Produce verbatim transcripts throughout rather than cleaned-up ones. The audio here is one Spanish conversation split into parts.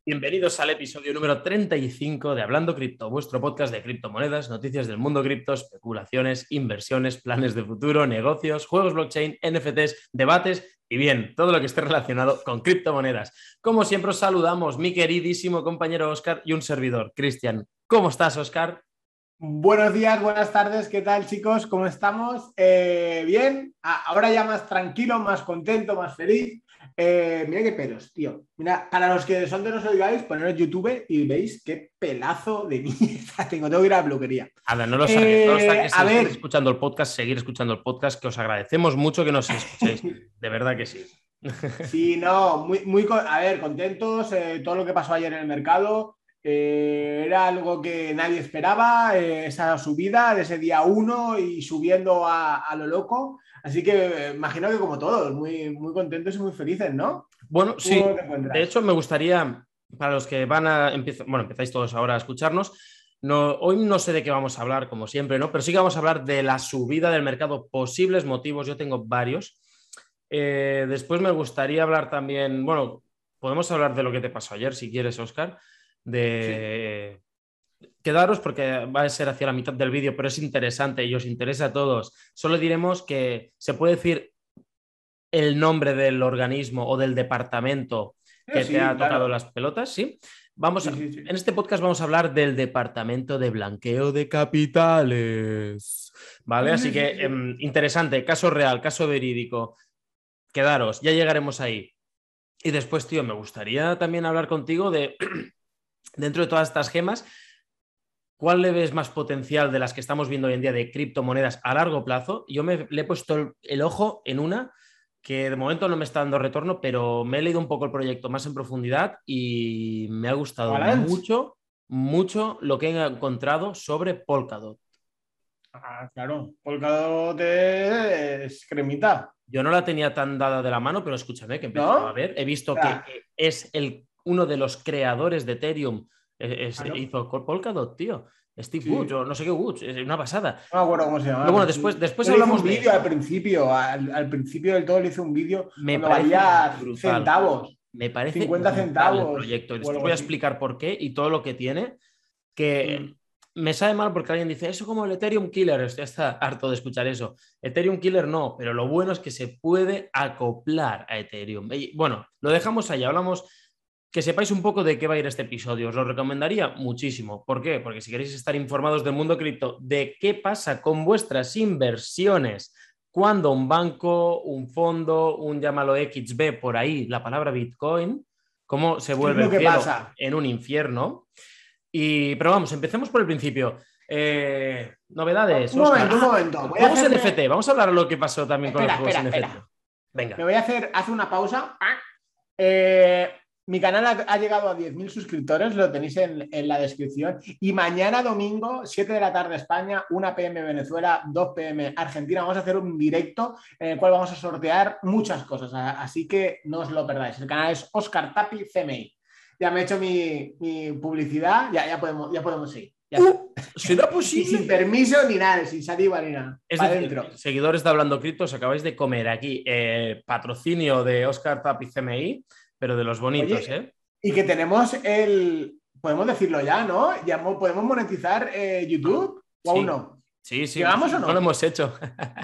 Bienvenidos al episodio número treinta y cinco de Hablando Cripto, vuestro podcast de criptomonedas, noticias del mundo cripto, especulaciones, inversiones, planes de futuro, negocios, juegos blockchain, N F Ts, debates y bien, todo lo que esté relacionado con criptomonedas. Como siempre os saludamos, mi queridísimo compañero Óscar y un servidor, Cristian. ¿Cómo estás, Óscar? Buenos días, buenas tardes, ¿qué tal, chicos? ¿Cómo estamos? Eh, bien, ahora ya más tranquilo, más contento, más feliz. Eh, mira qué pelos, tío. Mira, para los que son de no os oigáis, poneros YouTube y veis qué pelazo de mierda tengo. Tengo que ir a la peluquería. Anda, no lo saques. Eh, no está que a ver, escuchando el podcast, seguir escuchando el podcast, que os agradecemos mucho que nos escuchéis. De verdad que sí. Sí, no, muy, muy, a ver, contentos. Eh, todo lo que pasó ayer en el mercado. Eh, era algo que nadie esperaba, eh, esa subida de ese día uno y subiendo a, a lo loco. Así que eh, imagino que como todos, muy, muy contentos y muy felices, ¿no? Bueno, sí. De hecho, me gustaría, para los que van a empezar, bueno, empezáis todos ahora a escucharnos, no, hoy no sé de qué vamos a hablar, como siempre, ¿no? Pero sí que vamos a hablar de la subida del mercado, posibles motivos. Yo tengo varios. Eh, después me gustaría hablar también, bueno, podemos hablar de lo que te pasó ayer, si quieres, Óscar. De sí. Quedaros porque va a ser hacia la mitad del vídeo, pero es interesante y os interesa a todos. Solo diremos que se puede decir el nombre del organismo o del departamento que sí, te ha tocado claro. Las pelotas, ¿sí? Vamos a, sí, sí, sí. En este podcast vamos a hablar del departamento de blanqueo de capitales, ¿vale? Así que eh, interesante, caso real, caso verídico. Quedaros, ya llegaremos ahí. Y después, tío, me gustaría también hablar contigo de dentro de todas estas gemas, ¿cuál le ves más potencial de las que estamos viendo hoy en día de criptomonedas a largo plazo? Yo me le he puesto el, el ojo en una que de momento no me está dando retorno, pero me he leído un poco el proyecto más en profundidad y me ha gustado Balance. mucho, mucho lo que he encontrado sobre Polkadot. Ah, claro, Polkadot es cremita. Yo no la tenía tan dada de la mano, pero escúchame, que empezaba ¿No? a ver. He visto ah. que es el, uno de los creadores de Ethereum. Es, claro. Hizo Polkadot, tío. Steve sí. Woods, o no sé qué Woods, es una pasada. No me acuerdo cómo se llama. Pero bueno, después, sí. después hablamos de un vídeo al principio, al, al principio del todo le hice un vídeo me valía centavos. Me parece cincuenta centavos. El proyecto. Después voy a explicar por qué y todo lo que tiene. Que mm. me sabe mal porque alguien dice, eso como el Ethereum Killer. Estoy hasta harto de escuchar eso. Ethereum Killer no, pero lo bueno es que se puede acoplar a Ethereum. Y bueno, lo dejamos allá. Hablamos. Que sepáis un poco de qué va a ir este episodio. Os lo recomendaría muchísimo. ¿Por qué? Porque si queréis estar informados del mundo cripto, de qué pasa con vuestras inversiones, cuando un banco, un fondo, un llámalo X B, por ahí, la palabra Bitcoin, cómo se vuelve el cielo pasa? en un infierno. Y, pero vamos, empecemos por el principio. Eh, novedades. Un momento, un momento. Voy vamos a hacerme... N F T. Vamos a hablar de lo que pasó también espera, con los espera, juegos espera. N F T. Venga. Me voy a hacer, hace una pausa. Eh... Mi canal ha, ha llegado a diez mil suscriptores, lo tenéis en, en la descripción. Y mañana domingo, siete de la tarde España, una pe eme Venezuela, dos pe eme Argentina, vamos a hacer un directo en el cual vamos a sortear muchas cosas. Así que no os lo perdáis. El canal es Óscar Tapi C M I. Ya me he hecho mi, mi publicidad, ya, ya, podemos, ya podemos seguir. Ya uh, ¿Será posible? Y sin permiso ni nada, sin saliva ni nada. Es decir, seguidores de Hablando Cripto, os acabáis de comer aquí eh, patrocinio de Óscar Tapi C M I. Pero de los bonitos, Oye, ¿eh? Y que tenemos el... Podemos decirlo ya, ¿no? Ya podemos monetizar eh, YouTube o sí. aún no. Sí, sí. ¿Llegamos o no? No lo hemos hecho.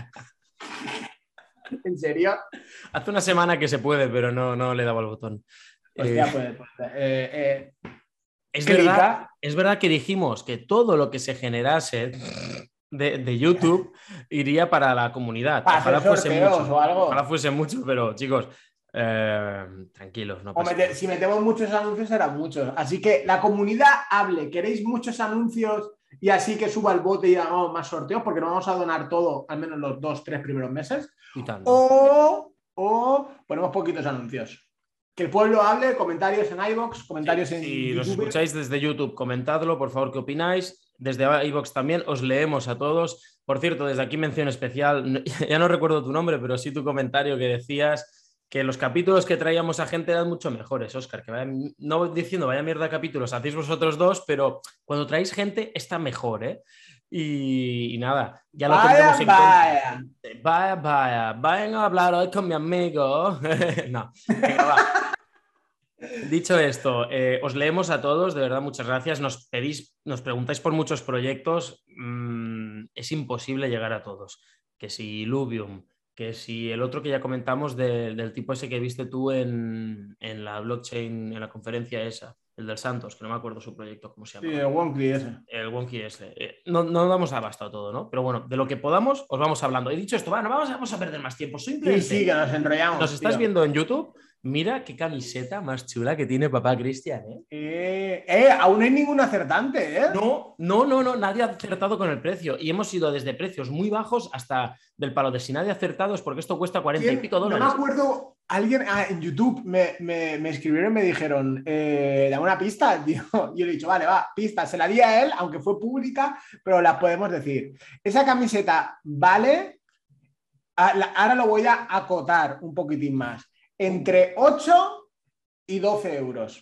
¿En serio? Hace una semana que se puede, pero no, no le daba el botón. Hostia, eh... puede, puede. Eh, eh... Es, verdad, es verdad que dijimos que todo lo que se generase de, de YouTube iría para la comunidad. Para ojalá hacer fuese mucho. O algo. Ojalá fuese mucho, pero chicos... Eh, tranquilos, no pasa o meter, si metemos muchos anuncios serán muchos, así que la comunidad hable, queréis muchos anuncios y así que suba el bote y hagamos más sorteos porque no vamos a donar todo al menos los dos, tres primeros meses o, o ponemos poquitos anuncios, que el pueblo hable, comentarios en iVoox, comentarios sí, en si YouTube. Los escucháis desde YouTube, comentadlo, por favor, ¿qué opináis? Desde iVoox también os leemos a todos. Por cierto, desde aquí mención especial, ya no recuerdo tu nombre, pero sí tu comentario que decías que los capítulos que traíamos a gente eran mucho mejores, Óscar, que vaya, no diciendo vaya mierda capítulos, hacéis vosotros dos, pero cuando traéis gente está mejor, ¿eh? Y, y nada, ya lo vaya, tendremos en vaya. cuenta. Vaya, vaya, vayan a hablar hoy con mi amigo. No, venga, va. Dicho esto, eh, os leemos a todos, de verdad, muchas gracias. Nos pedís, nos preguntáis por muchos proyectos. Mm, es imposible llegar a todos. Que si Illuvium, que si el otro que ya comentamos de, del tipo ese que viste tú en, en la blockchain, en la conferencia esa, el del Santos, que no me acuerdo su proyecto, ¿cómo se Sí, llama? el Wonky ese. El Wonky ese. Eh, no, no damos abasto a todo, ¿no? Pero bueno, de lo que podamos, os vamos hablando. He dicho esto, va, no vamos, vamos a perder más tiempo. Sí, sí, Simplemente, que nos nos enrollamos, estás tío. viendo en YouTube, mira qué camiseta más chula que tiene papá Cristian, ¿eh? Eh, eh, aún no hay ningún acertante, ¿eh? No, no, no, no, nadie ha acertado con el precio. Y hemos ido desde precios muy bajos hasta del palo de si nadie ha acertado es porque esto cuesta cuarenta y ¿Quién? pico No me dólares. acuerdo, alguien ah, en YouTube me, me, me escribieron y me dijeron, eh, dame una pista, tío. Yo le he dicho, vale, va, pista, se la di a él, aunque fue pública, pero la podemos decir. Esa camiseta vale, ahora lo voy a acotar un poquitín más, entre ocho y doce euros.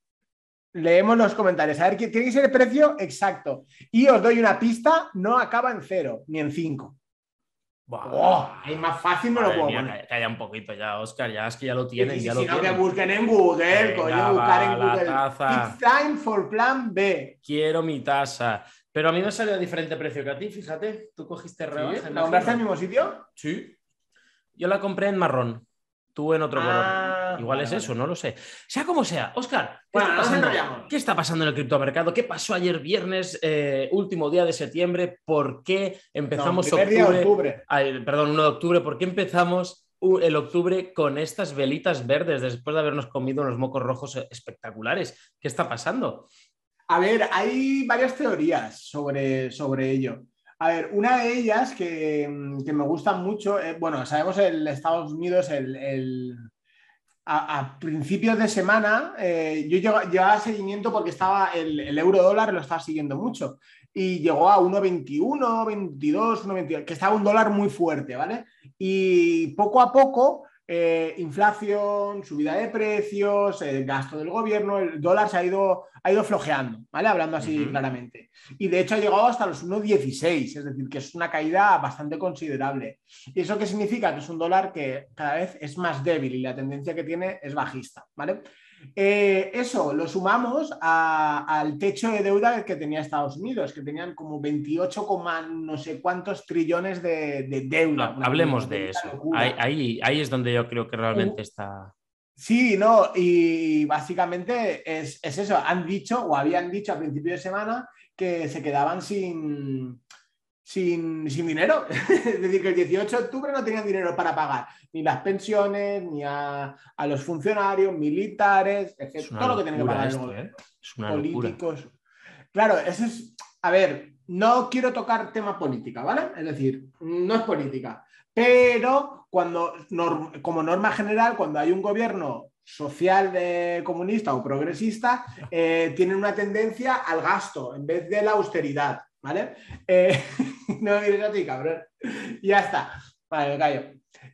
Leemos los comentarios, a ver, tiene que ser el precio exacto. Y os doy una pista, no acaba en cero, ni en cinco. Oh, es más fácil, no Madre lo puedo mía, poner. calla un poquito ya, Oscar, ya es que ya lo tienen, Y si, ya si lo no, tienen. que busquen en Google, Venga, coño, buscar va, en la Google. taza. It's time for plan B. Quiero mi tasa. Pero a mí me salió a diferente precio que a ti, fíjate. Tú cogiste ¿Sí? rebaja. ¿La compraste al mismo sitio? Sí. Yo la compré en marrón. Tú en otro Ah, color. Igual vale, es vale. eso, no lo sé. Sea como sea. Oscar, ¿qué, Bueno, está, no nos pasando? enrollamos. ¿Qué está pasando en el criptomercado? ¿Qué pasó ayer viernes, eh, último día de septiembre? ¿Por qué empezamos no, primer octubre? día de octubre. Ay, perdón, uno de octubre. ¿Por qué empezamos el octubre con estas velitas verdes después de habernos comido unos mocos rojos espectaculares? ¿Qué está pasando? A ver, hay varias teorías sobre, sobre ello. A ver, una de ellas que, que me gusta mucho, eh, bueno, sabemos en Estados Unidos el, el a, a, principios de semana eh, yo llevaba seguimiento porque estaba el, el euro dólar lo estaba siguiendo mucho y llegó a uno veintiuno, veintidós, uno veintidós, que estaba un dólar muy fuerte, ¿vale? Y poco a poco eh, inflación, subida de precios, el gasto del gobierno, el dólar se ha ido, ha ido flojeando, ¿vale? Hablando así uh-huh. claramente. Y de hecho ha llegado hasta los uno dieciséis, es decir, que es una caída bastante considerable. ¿Y eso qué significa? Que es un dólar que cada vez es más débil y la tendencia que tiene es bajista, ¿vale? Eh, eso lo sumamos a, al techo de deuda que tenía Estados Unidos, que tenían como veintiocho, no sé cuántos trillones de, de deuda. No, hablemos de eso. Ahí, ahí, ahí es donde yo creo que realmente uh, está... Sí, no, y básicamente es, es eso. Han dicho o habían dicho a principio de semana que se quedaban sin... Sin, sin dinero, es decir, que el dieciocho de octubre no tenían dinero para pagar ni las pensiones, ni a, a los funcionarios, militares, etcétera, todo lo que tienen que pagar esto, el gobierno, ¿eh? Es una políticos. Locura. Claro, eso es, a ver, no quiero tocar tema política, ¿vale? Es decir, no es política, pero cuando, norm, como norma general, cuando hay un gobierno social de comunista o progresista, eh, tienen una tendencia al gasto en vez de la austeridad. ¿Vale? Eh, no me mires así, cabrón. Ya está. Vale, me callo.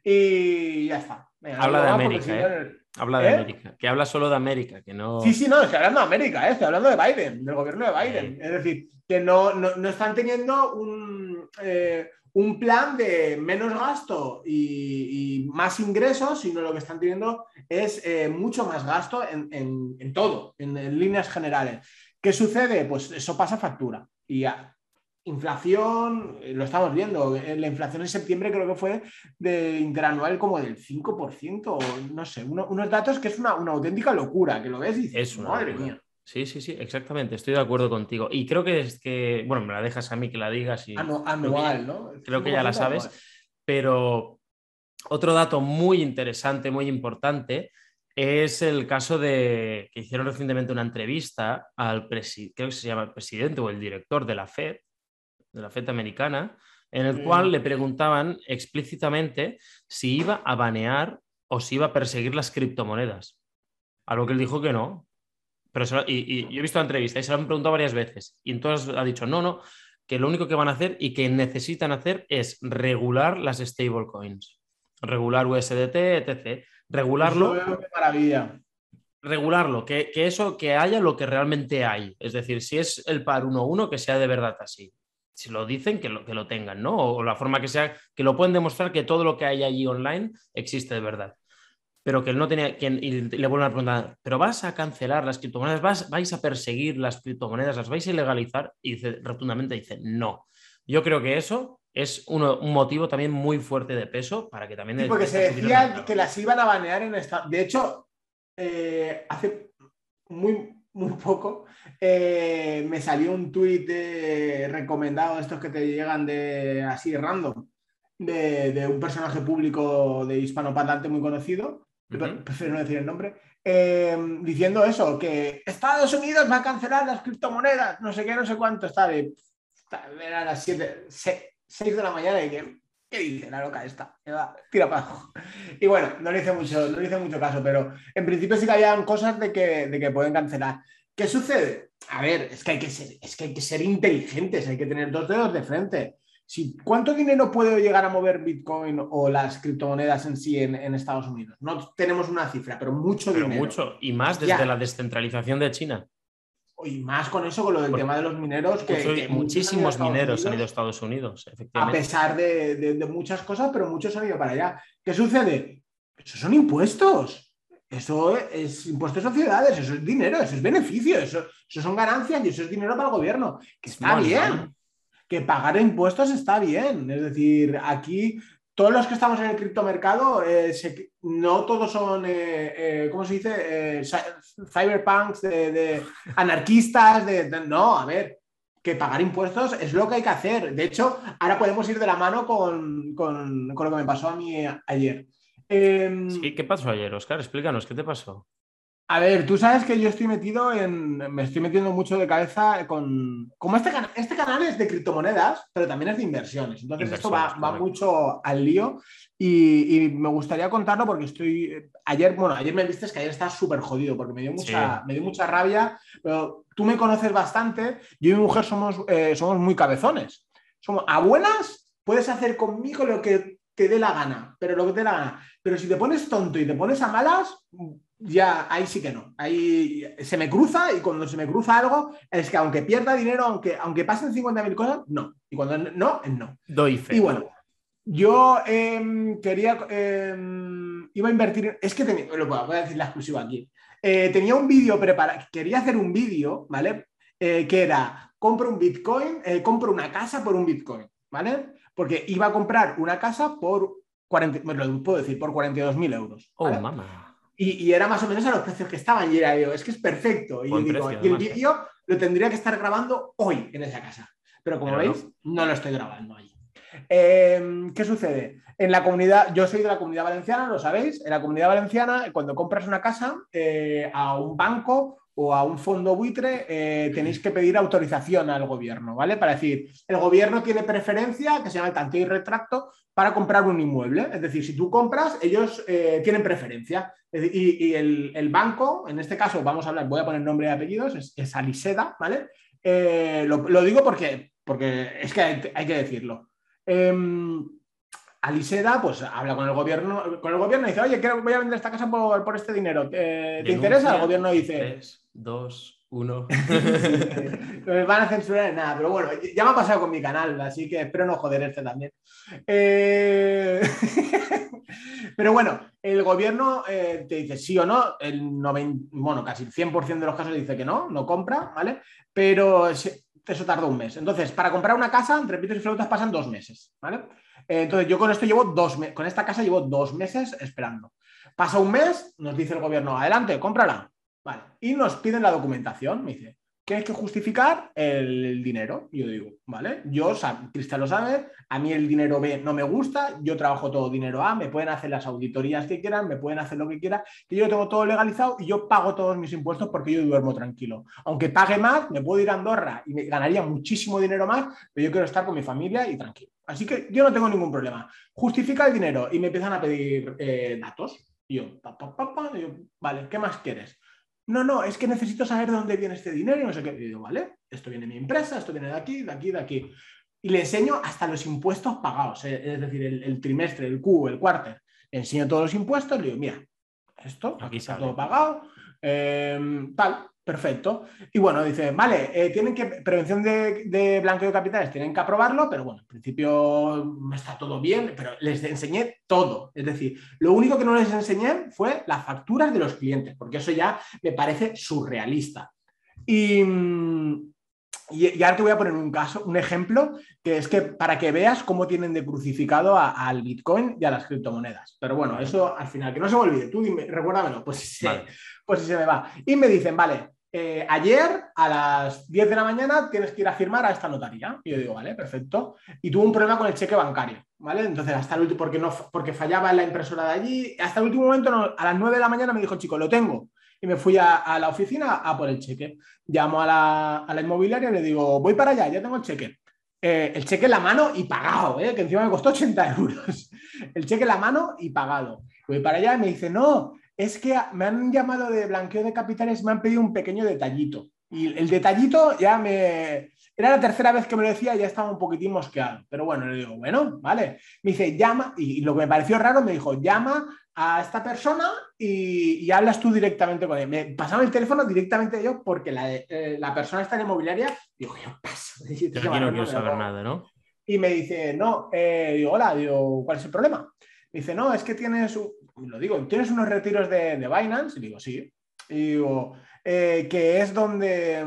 Y ya está. Venga, habla de América, si ¿eh? No... Habla ¿Eh? de América. Que habla solo de América, que no... Sí, sí, no, estoy hablando de América, ¿eh? Estoy hablando de Biden, del gobierno de Biden. Sí. Es decir, que no, no, no están teniendo un, eh, un plan de menos gasto y, y más ingresos, sino lo que están teniendo es eh, mucho más gasto en, en, en todo, en, en líneas generales. ¿Qué sucede? Pues eso pasa factura. Y ya. Inflación, lo estamos viendo, la inflación en septiembre creo que fue de interanual como del cinco por ciento, no sé, uno, unos datos que es una, una auténtica locura, que lo ves y dices, es una madre locura. mía. Sí, sí, sí, exactamente, estoy de acuerdo contigo. Y creo que es que, bueno, me la dejas a mí que la digas. Y Anu anual, ¿no? Creo que ya la sabes, anual. Pero otro dato muy interesante, muy importante, es el caso de que hicieron recientemente una entrevista al presidente, creo que se llama el presidente o el director de la Fed, de la Fed americana, en el sí. cual le preguntaban explícitamente si iba a banear o si iba a perseguir las criptomonedas. A lo que él dijo que no. Pero se lo, y, y yo he visto la entrevista y se lo han preguntado varias veces. Y entonces ha dicho, no, no, que lo único que van a hacer y que necesitan hacer es regular las stablecoins. Regular U S D T, etcétera. Regularlo. Eso veo, qué maravilla. Regularlo, que, que eso, que haya lo que realmente hay. Es decir, si es el par uno uno, que sea de verdad así. Si lo dicen, que lo, que lo tengan, ¿no? O la forma que sea, que lo pueden demostrar que todo lo que hay allí online existe de verdad. pero que él no tenía quien, y le vuelven a preguntar, ¿pero vas a cancelar las criptomonedas? ¿Vas, ¿Vais a perseguir las criptomonedas? ¿Las vais a ilegalizar? Y dice, rotundamente dice, no. Yo creo que eso es uno, un motivo también muy fuerte de peso para que también... Sí, porque se decía que las iban a banear en esta... De hecho, eh, hace muy, muy poco eh, me salió un tuit de recomendado, estos que te llegan de así random, de, de un personaje público de hispanoparlante muy conocido, uh-huh. Prefiero no decir el nombre, eh, diciendo eso, que Estados Unidos va a cancelar las criptomonedas, no sé qué, no sé cuánto, está de... Era a las siete, seis de la mañana y que... ¿Qué dice la loca esta? Tira para abajo. Y bueno, no le hice mucho, no le hice mucho caso, pero en principio sí que habían cosas de que, de que pueden cancelar. ¿Qué sucede? A ver, es que, hay que ser, es que hay que ser inteligentes, hay que tener dos dedos de frente. Si, ¿cuánto dinero puede llegar a mover Bitcoin o las criptomonedas en sí en, en Estados Unidos? No tenemos una cifra, pero mucho pero dinero. Mucho, y más desde ya. La descentralización de China. Y más con eso, con lo del Por, tema de los mineros. Que, mucho, que muchísimos han mineros han ido a Estados Unidos, efectivamente. A pesar de, de, de muchas cosas, pero muchos han ido para allá. ¿Qué sucede? Esos son impuestos. Eso es impuestos a sociedades, eso es dinero, eso es beneficio, eso, eso son ganancias y eso es dinero para el gobierno. Que está Small, bien. ¿no? Que pagar impuestos está bien. Es decir, aquí... Todos los que estamos en el criptomercado, eh, se, no todos son, eh, eh, ¿cómo se dice? Eh, cyberpunks, de, de anarquistas, de, de, no, a ver, que pagar impuestos es lo que hay que hacer. De hecho, ahora podemos ir de la mano con, con, con lo que me pasó a mí ayer. Eh, sí, ¿qué pasó ayer, Óscar? Explícanos, ¿qué te pasó? A ver, tú sabes que yo estoy metido en... Me estoy metiendo mucho de cabeza con... Como este, can... este canal es de criptomonedas, pero también es de inversiones. Entonces inversiones, esto va, va mucho al lío y, y me gustaría contarlo porque estoy... Ayer, bueno, ayer me viste que ayer estaba súper jodido porque me dio, mucha, sí. me dio mucha rabia, pero tú me conoces bastante. Yo y mi mujer somos, eh, somos muy cabezones. Somos a buenas, puedes hacer conmigo lo que te dé la gana, pero lo que te dé la gana. Pero si te pones tonto y te pones a malas... Ya, ahí sí que no. Ahí se me cruza y cuando se me cruza algo es que aunque pierda dinero, aunque, aunque pasen cincuenta mil cosas, no. Y cuando no, es no. Doy fe. Y bueno, yo eh, quería... Eh, iba a invertir... Es que tenía... Lo voy a decir la exclusiva aquí. Eh, tenía un vídeo preparado... Quería hacer un vídeo, ¿vale? Eh, que era, compro un Bitcoin, eh, compro una casa por un Bitcoin, ¿vale? Porque iba a comprar una casa por... cuarenta, me lo puedo decir, por cuarenta y dos mil euros. ¿vale? Oh, mamá. Y, y era más o menos a los precios que estaban. Y era yo, es que es perfecto. Y, yo digo, precio, y el vídeo lo tendría que estar grabando hoy en esa casa. Pero como Pero veis, no. no lo estoy grabando allí. Eh, ¿Qué sucede? En la comunidad, yo soy de la Comunidad Valenciana, lo sabéis. En la Comunidad Valenciana, cuando compras una casa eh, a un banco o a un fondo buitre, eh, tenéis que pedir autorización al gobierno, ¿vale? Para decir, el gobierno tiene preferencia, que se llama el tanteo y retracto, para comprar un inmueble. Es decir, si tú compras, ellos eh, tienen preferencia. Y, y el, el banco, en este caso, vamos a hablar, voy a poner nombre y apellidos, es, es Aliseda, ¿vale? Eh, lo, lo digo porque, porque es que hay, hay que decirlo. Eh, Aliseda, pues habla con el gobierno, con el gobierno y dice, oye, quiero, voy a vender esta casa por, por este dinero. ¿Te, ¿te interesa? El gobierno dice... tres, dos, uno. Me van a censurar en nada, pero bueno, ya me ha pasado con mi canal, así que espero no joder este también. Eh... Pero bueno, el gobierno eh, te dice sí o no, el noventa, bueno, casi el cien por ciento de los casos dice que no, no compra, ¿vale? Pero eso tarda un mes. Entonces, para comprar una casa, entre pitos y flautas pasan dos meses, ¿vale? Entonces, yo con esto llevo dos meses, con esta casa llevo dos meses esperando. Pasa un mes, nos dice el gobierno, adelante, cómprala. Vale. Y nos piden la documentación, me dice, ¿qué hay que justificar? El dinero. Y yo digo, vale, yo, Cristian lo sabe, a mí el dinero B no me gusta, yo trabajo todo dinero A, me pueden hacer las auditorías que quieran, me pueden hacer lo que quieran, que yo tengo todo legalizado y yo pago todos mis impuestos porque yo duermo tranquilo. Aunque pague más, me puedo ir a Andorra y me ganaría muchísimo dinero más, pero yo quiero estar con mi familia y tranquilo. Así que yo no tengo ningún problema. Justifica el dinero y me empiezan a pedir eh, datos. Y yo, pa, pa, pa, pa, y yo, vale, ¿qué más quieres? No, no, es que necesito saber de dónde viene este dinero y no sé qué. Y digo, vale, esto viene de mi empresa, esto viene de aquí, de aquí, de aquí. Y le enseño hasta los impuestos pagados, eh, es decir, el, el trimestre, el Q, el quarter. Le enseño todos los impuestos y le digo, mira, esto, aquí, aquí está todo pagado, eh, tal, Perfecto. Y bueno, dice, vale, eh, tienen que, prevención de, de blanqueo de capitales, tienen que aprobarlo, pero bueno, en principio está todo bien, pero les enseñé todo. Es decir, lo único que no les enseñé fue las facturas de los clientes, porque eso ya me parece surrealista. Y, y, y ahora te voy a poner un caso, un ejemplo, que es que para que veas cómo tienen de crucificado a, al Bitcoin y a las criptomonedas. Pero bueno, eso al final, que no se me olvide, tú dime, recuérdamelo, pues, vale. Pues si se me va. Y me dicen, vale, Eh, ayer a las diez de la mañana tienes que ir a firmar a esta notaría. Y yo digo, vale, perfecto. Y tuve un problema con el cheque bancario, ¿vale? Entonces, hasta el último, porque, no, porque fallaba en la impresora de allí, hasta el último momento, no, a las nueve de la mañana me dijo, chico, lo tengo. Y me fui a, a la oficina a por el cheque. Llamo a la, a la inmobiliaria y le digo, voy para allá, ya tengo el cheque. Eh, el cheque en la mano y pagado, ¿eh? Que encima me costó ochenta euros. El cheque en la mano y pagado. Voy para allá y me dice, no, es que me han llamado de blanqueo de capitales, me han pedido un pequeño detallito. Y el detallito ya me... Era la tercera vez que me lo decía y ya estaba un poquitín mosqueado. Pero bueno, le digo, bueno, vale. Me dice, llama, y lo que me pareció raro, me dijo, llama a esta persona y, y hablas tú directamente con él. Me pasaba el teléfono directamente yo porque la, eh, la persona está en inmobiliaria. Digo, yo paso. Yo aquí no quiero saber nada, ¿no? Y me dice, no, eh, digo, hola, digo, ¿cuál es el problema? Me dice, no, es que tienes, lo digo, ¿tienes unos retiros de, de Binance? Y digo, sí. Y digo, eh, que es donde...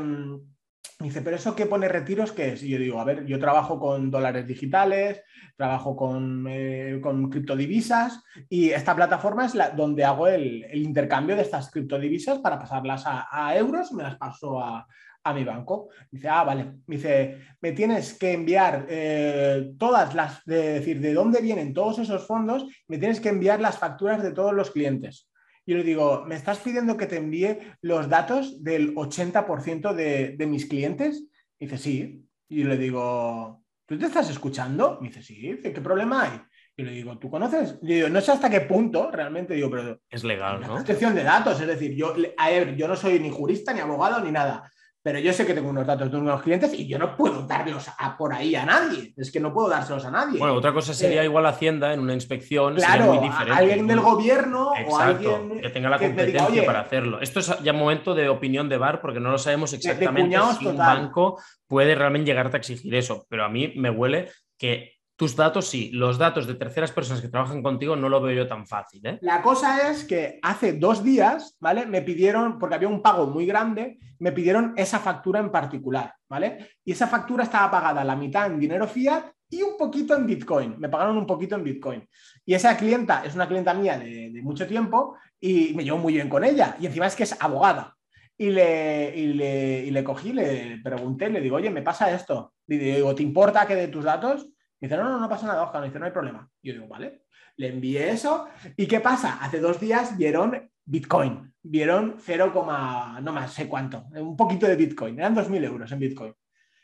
Me dice, ¿pero eso qué pone retiros qué es? Y yo digo, a ver, yo trabajo con dólares digitales, trabajo con, eh, con criptodivisas y esta plataforma es la, donde hago el, el intercambio de estas criptodivisas para pasarlas a, a euros y me las paso a, a mi banco. Dice, ah, vale. Me dice, me tienes que enviar eh, todas las, de decir, de dónde vienen todos esos fondos, me tienes que enviar las facturas de todos los clientes. Yo le digo, ¿me estás pidiendo que te envíe los datos del ochenta por ciento de, de mis clientes? Y dice, sí. Y yo le digo, ¿tú te estás escuchando? Me dice, sí. Dice, ¿qué problema hay? Y le digo, ¿tú conoces? Y digo, no sé hasta qué punto realmente, digo, pero es legal, ¿no? Protección de datos, es decir, yo, a ver, yo no soy ni jurista, ni abogado, ni nada. Pero yo sé que tengo unos datos de unos clientes y yo no puedo darlos a, por ahí a nadie. Es que no puedo dárselos a nadie. Bueno, otra cosa sería eh, igual Hacienda en una inspección. Claro, sería muy diferente. Alguien del gobierno. Exacto, o alguien que tenga la que competencia diga, para hacerlo. Esto es ya un momento de opinión de bar porque no lo sabemos exactamente de si total. Un banco puede realmente llegarte a exigir eso. Pero a mí me huele que tus datos sí, los datos de terceras personas que trabajan contigo no lo veo yo tan fácil, ¿eh? La cosa es que hace dos días, ¿vale? Me pidieron, porque había un pago muy grande, me pidieron esa factura en particular, ¿vale? Y esa factura estaba pagada la mitad en dinero fiat y un poquito en Bitcoin. Me pagaron un poquito en Bitcoin. Y esa clienta es una clienta mía de, de mucho tiempo y me llevo muy bien con ella. Y encima es que es abogada. Y le, y le, y le cogí, le pregunté, le digo, oye, me pasa esto. Y digo, ¿te importa que de tus datos? Me dice, no, no, no pasa nada, Oscar. Me dice, no hay problema. Y yo digo, vale. Le envié eso. ¿Y qué pasa? Hace dos días vieron Bitcoin. Vieron cero, no más sé cuánto. Un poquito de Bitcoin. Eran dos mil euros en Bitcoin.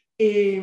Y,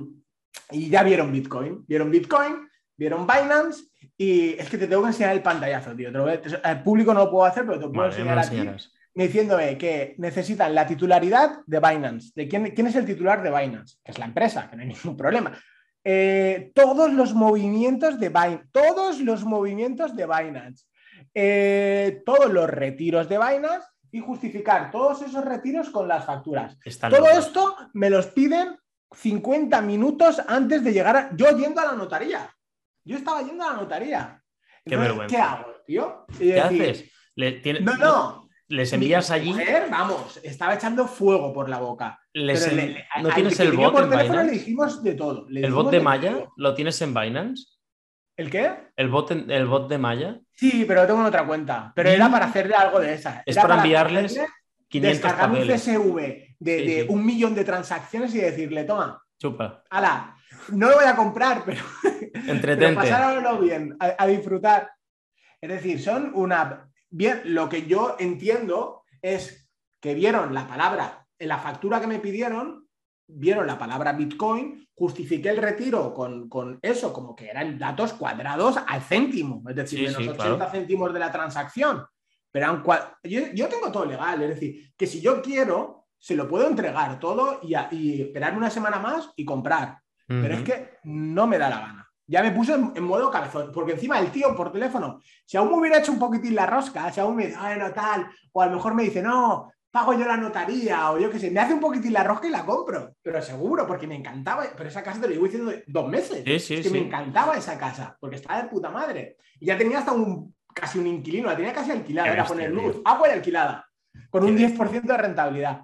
y ya vieron Bitcoin. Vieron Bitcoin, vieron Binance. Y es que te tengo que enseñar el pantallazo, tío. Te lo, el público no lo puedo hacer, pero te lo puedo vale, enseñar aquí. Diciéndome que necesitan la titularidad de Binance. ¿De quién, quién es el titular de Binance? Que es la empresa, que no hay ningún problema. Eh, todos los movimientos de Binance, todos los movimientos de Binance, eh, todos los retiros de Binance y justificar todos esos retiros con las facturas. Están Todo locos. Esto me los piden cincuenta minutos antes de llegar a... Yo yendo a la notaría. Yo estaba yendo a la notaría. Entonces, qué vergüenza. ¿Qué hago, tío? ¿Qué decir, haces? Le, tiene, no, no. Les envías allí. Mujer, vamos, estaba echando fuego por la boca. Les en... le, le, ¿No tienes el bot por en teléfono Binance? Le dijimos de todo. Le ¿El bot de, de Maya todo. lo tienes en Binance? ¿El qué? ¿El bot, en, el bot de Maya? Sí, pero lo tengo en otra cuenta. Pero ¿Y? Era para hacerle algo de esa. Es era para, para enviarles quinientos descargar papeles. un C S V de, sí, de sí. un millón de transacciones y decirle, toma. Chupa. Ala, no lo voy a comprar, pero, Entretente. pero pasároslo bien, a, a disfrutar. Es decir, son una... Bien, lo que yo entiendo es que vieron la palabra, en la factura que me pidieron, vieron la palabra Bitcoin, justifiqué el retiro con, con eso, como que eran datos cuadrados al céntimo, es decir, sí, menos sí, ochenta claro. céntimos de la transacción. Pero eran yo, yo tengo todo legal, es decir, que si yo quiero, se lo puedo entregar todo y, a, y esperarme una semana más y comprar. Uh-huh. Pero es que no me da la gana. Ya me puse en, en modo cabezón, porque encima el tío por teléfono, si aún me hubiera hecho un poquitín la rosca, si aún me dice, bueno, tal, o a lo mejor me dice, no, pago yo la notaría o yo qué sé, me hace un poquitín la rosca y la compro, pero seguro, porque me encantaba, pero esa casa te lo llevo diciendo dos meses, Sí, sí, es que sí. me encantaba esa casa, porque estaba de puta madre, y ya tenía hasta un, casi un inquilino, la tenía casi alquilada, Qué era bestia, poner tío. luz, agua y alquilada, con Qué un diez bestia. por ciento de rentabilidad.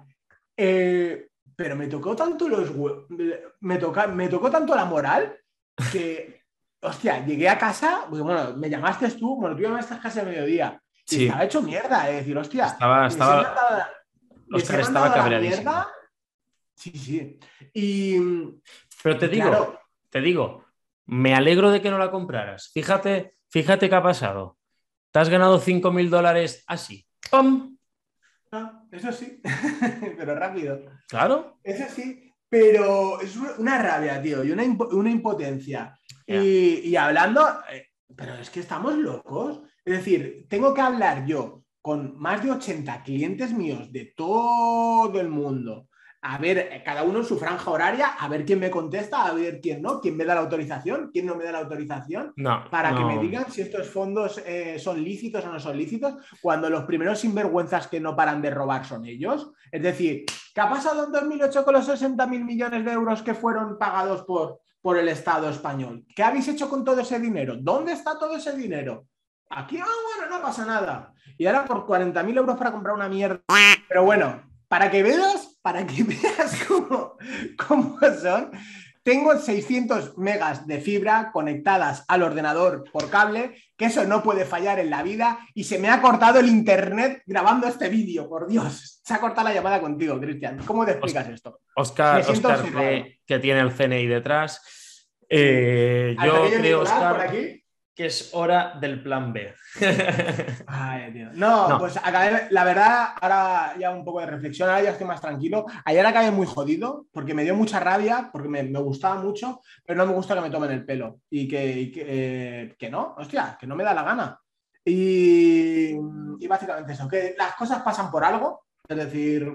Eh, pero me tocó tanto los hue- me, toca, me tocó tanto la moral que, hostia, llegué a casa, porque, bueno, me llamaste tú, bueno, tú llamaste a casa de mediodía y estaba Sí, hecho mierda, de decir, hostia, estaba, les he estaba, mandado, les he Oscar estaba mandado a la cabreadísimo. mierda. Sí, sí. Y, Pero te y digo, claro, te digo, me alegro de que no la compraras. Fíjate, fíjate qué ha pasado. Te has ganado cinco mil dólares así. ¡Pum! ah, eso sí, pero rápido. Claro. Eso sí, pero es una rabia, tío, y una, impo- una impotencia. Ya. Y, y hablando, eh, pero es que estamos locos. Es decir, tengo que hablar yo con más de ochenta clientes míos de todo el mundo, a ver, eh, cada uno en su franja horaria, a ver quién me contesta, a ver quién no, quién me da la autorización, quién no me da la autorización, No, para que me no. digan si estos fondos eh, son lícitos o no son lícitos, cuando los primeros sinvergüenzas que no paran de robar son ellos. Es decir, ¿qué ha pasado en dos mil ocho con los sesenta mil millones de euros que fueron pagados por, por el Estado español? ¿Qué habéis hecho con todo ese dinero? ¿Dónde está todo ese dinero? Aquí, ah, bueno, no pasa nada. Y ahora por cuarenta mil euros para comprar una mierda. Pero bueno, para que veas, para que veas cómo, cómo son, tengo seiscientos megas de fibra conectadas al ordenador por cable, que eso no puede fallar en la vida, y se me ha cortado el internet grabando este vídeo, por Dios. Se ha cortado la llamada contigo, Cristian. ¿Cómo te explicas esto? Me Oscar, siento Oscar observado. cree que tiene el C N I detrás. Sí. Eh, Al yo pequeño creo, Nicolás por Oscar, aquí. que es hora del plan B. Ay, tío. No, No, pues acabé, la verdad, ahora ya un poco de reflexión, ahora ya estoy más tranquilo. Ayer acabé muy jodido porque me dio mucha rabia, porque me, me gustaba mucho, pero no me gusta que me tomen el pelo y que, y que, eh, que no, hostia, que no me da la gana. Y, y básicamente eso, que las cosas pasan por algo, es decir,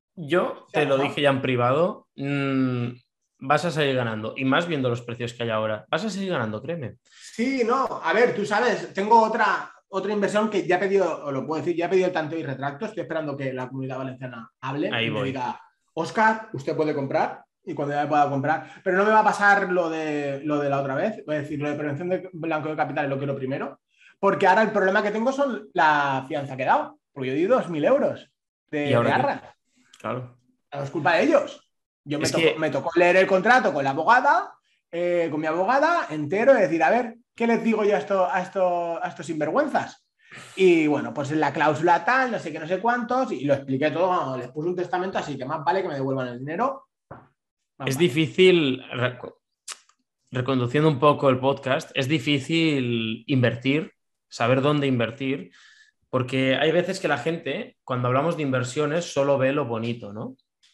yo se ha te lo dije pasado. ya en privado. mmm, vas a seguir ganando. Y más viendo los precios que hay ahora. Vas a seguir ganando, créeme. Sí, no, a ver, tú sabes, tengo otra, otra inversión que ya he pedido, o lo puedo decir, ya he pedido el tanto y retracto, estoy esperando que la Comunidad Valenciana hable Ahí y me voy. diga, Óscar, usted puede comprar, y cuando ya pueda comprar, pero no me va a pasar lo de, lo de la otra vez, voy a decir, lo de prevención de blanqueo de capitales lo quiero primero, porque ahora el problema que tengo son la fianza que he dado, porque yo di dos mil euros ¿Y de, de ahora qué? arras, Claro. no es culpa de ellos. Yo me Es tocó, que me tocó leer el contrato con la abogada, eh, con mi abogada entero, y decir, a ver, ¿qué les digo yo a, esto, a, esto, a estos sinvergüenzas? Y bueno, pues en la cláusula tal, no sé qué, no sé cuántos, y lo expliqué todo, bueno, les puse un testamento, así que más vale que me devuelvan el dinero, más es vale. difícil, reconduciendo un poco el podcast, es difícil invertir, saber dónde invertir, porque hay veces que la gente, cuando hablamos de inversiones, solo ve lo bonito, ¿no?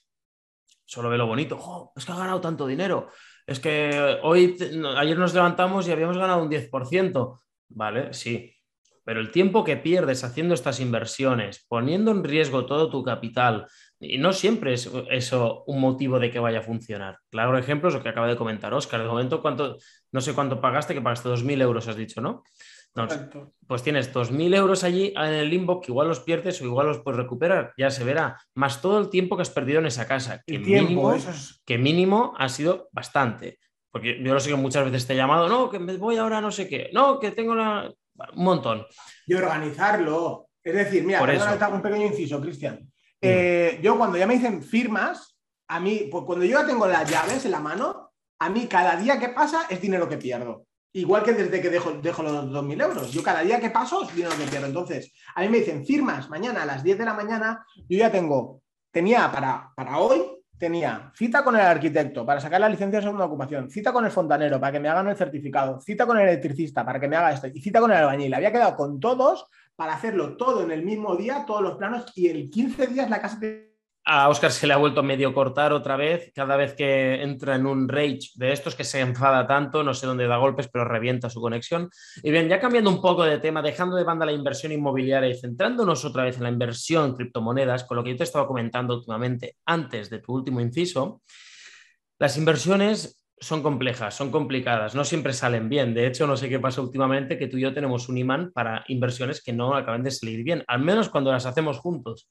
Solo ve lo bonito. ¡Oh, es que ha ganado tanto dinero! Es que hoy, ayer nos levantamos y habíamos ganado un diez por ciento. Vale, sí. Pero el tiempo que pierdes haciendo estas inversiones, poniendo en riesgo todo tu capital, y no siempre es eso un motivo de que vaya a funcionar. Claro, ejemplo es lo que acaba de comentar Óscar. De momento, ¿cuánto, no sé cuánto pagaste, que pagaste dos mil euros, has dicho, ¿no? No, Correcto. pues tienes dos mil euros allí en el limbo que igual los pierdes o igual los puedes recuperar, ya se verá, más todo el tiempo que has perdido en esa casa, que El tiempo, mínimo, eso es. que mínimo ha sido bastante. Porque yo lo sé que muchas veces te he llamado, no, que me voy ahora no sé qué, no, que tengo la... un montón. Y organizarlo. Es decir, mira, Por perdona, te eso, hago un pequeño inciso, Cristian. dime. Eh, yo cuando ya me dicen firmas, a mí, pues cuando yo ya tengo las llaves en la mano, a mí cada día que pasa es dinero que pierdo. Igual que desde que dejo, dejo los dos mil euros. Yo cada día que paso es dinero que pierdo. Entonces, a mí me dicen firmas mañana a las diez de la mañana, yo ya tengo, tenía para, para hoy, tenía cita con el arquitecto para sacar la licencia de segunda ocupación, cita con el fontanero para que me hagan el certificado, cita con el electricista para que me haga esto y cita con el albañil. Había quedado con todos para hacerlo todo en el mismo día, todos los planos, y en quince días la casa te... A Oscar se le ha vuelto medio cortar otra vez, cada vez que entra en un rage de estos que se enfada tanto, no sé dónde da golpes, pero revienta su conexión. Y bien, ya cambiando un poco de tema, dejando de banda la inversión inmobiliaria y centrándonos otra vez en la inversión en criptomonedas, con lo que yo te estaba comentando últimamente antes de tu último inciso, las inversiones son complejas, son complicadas, no siempre salen bien. De hecho, no sé qué pasa últimamente, que tú y yo tenemos un imán para inversiones que no acaban de salir bien, al menos cuando las hacemos juntos.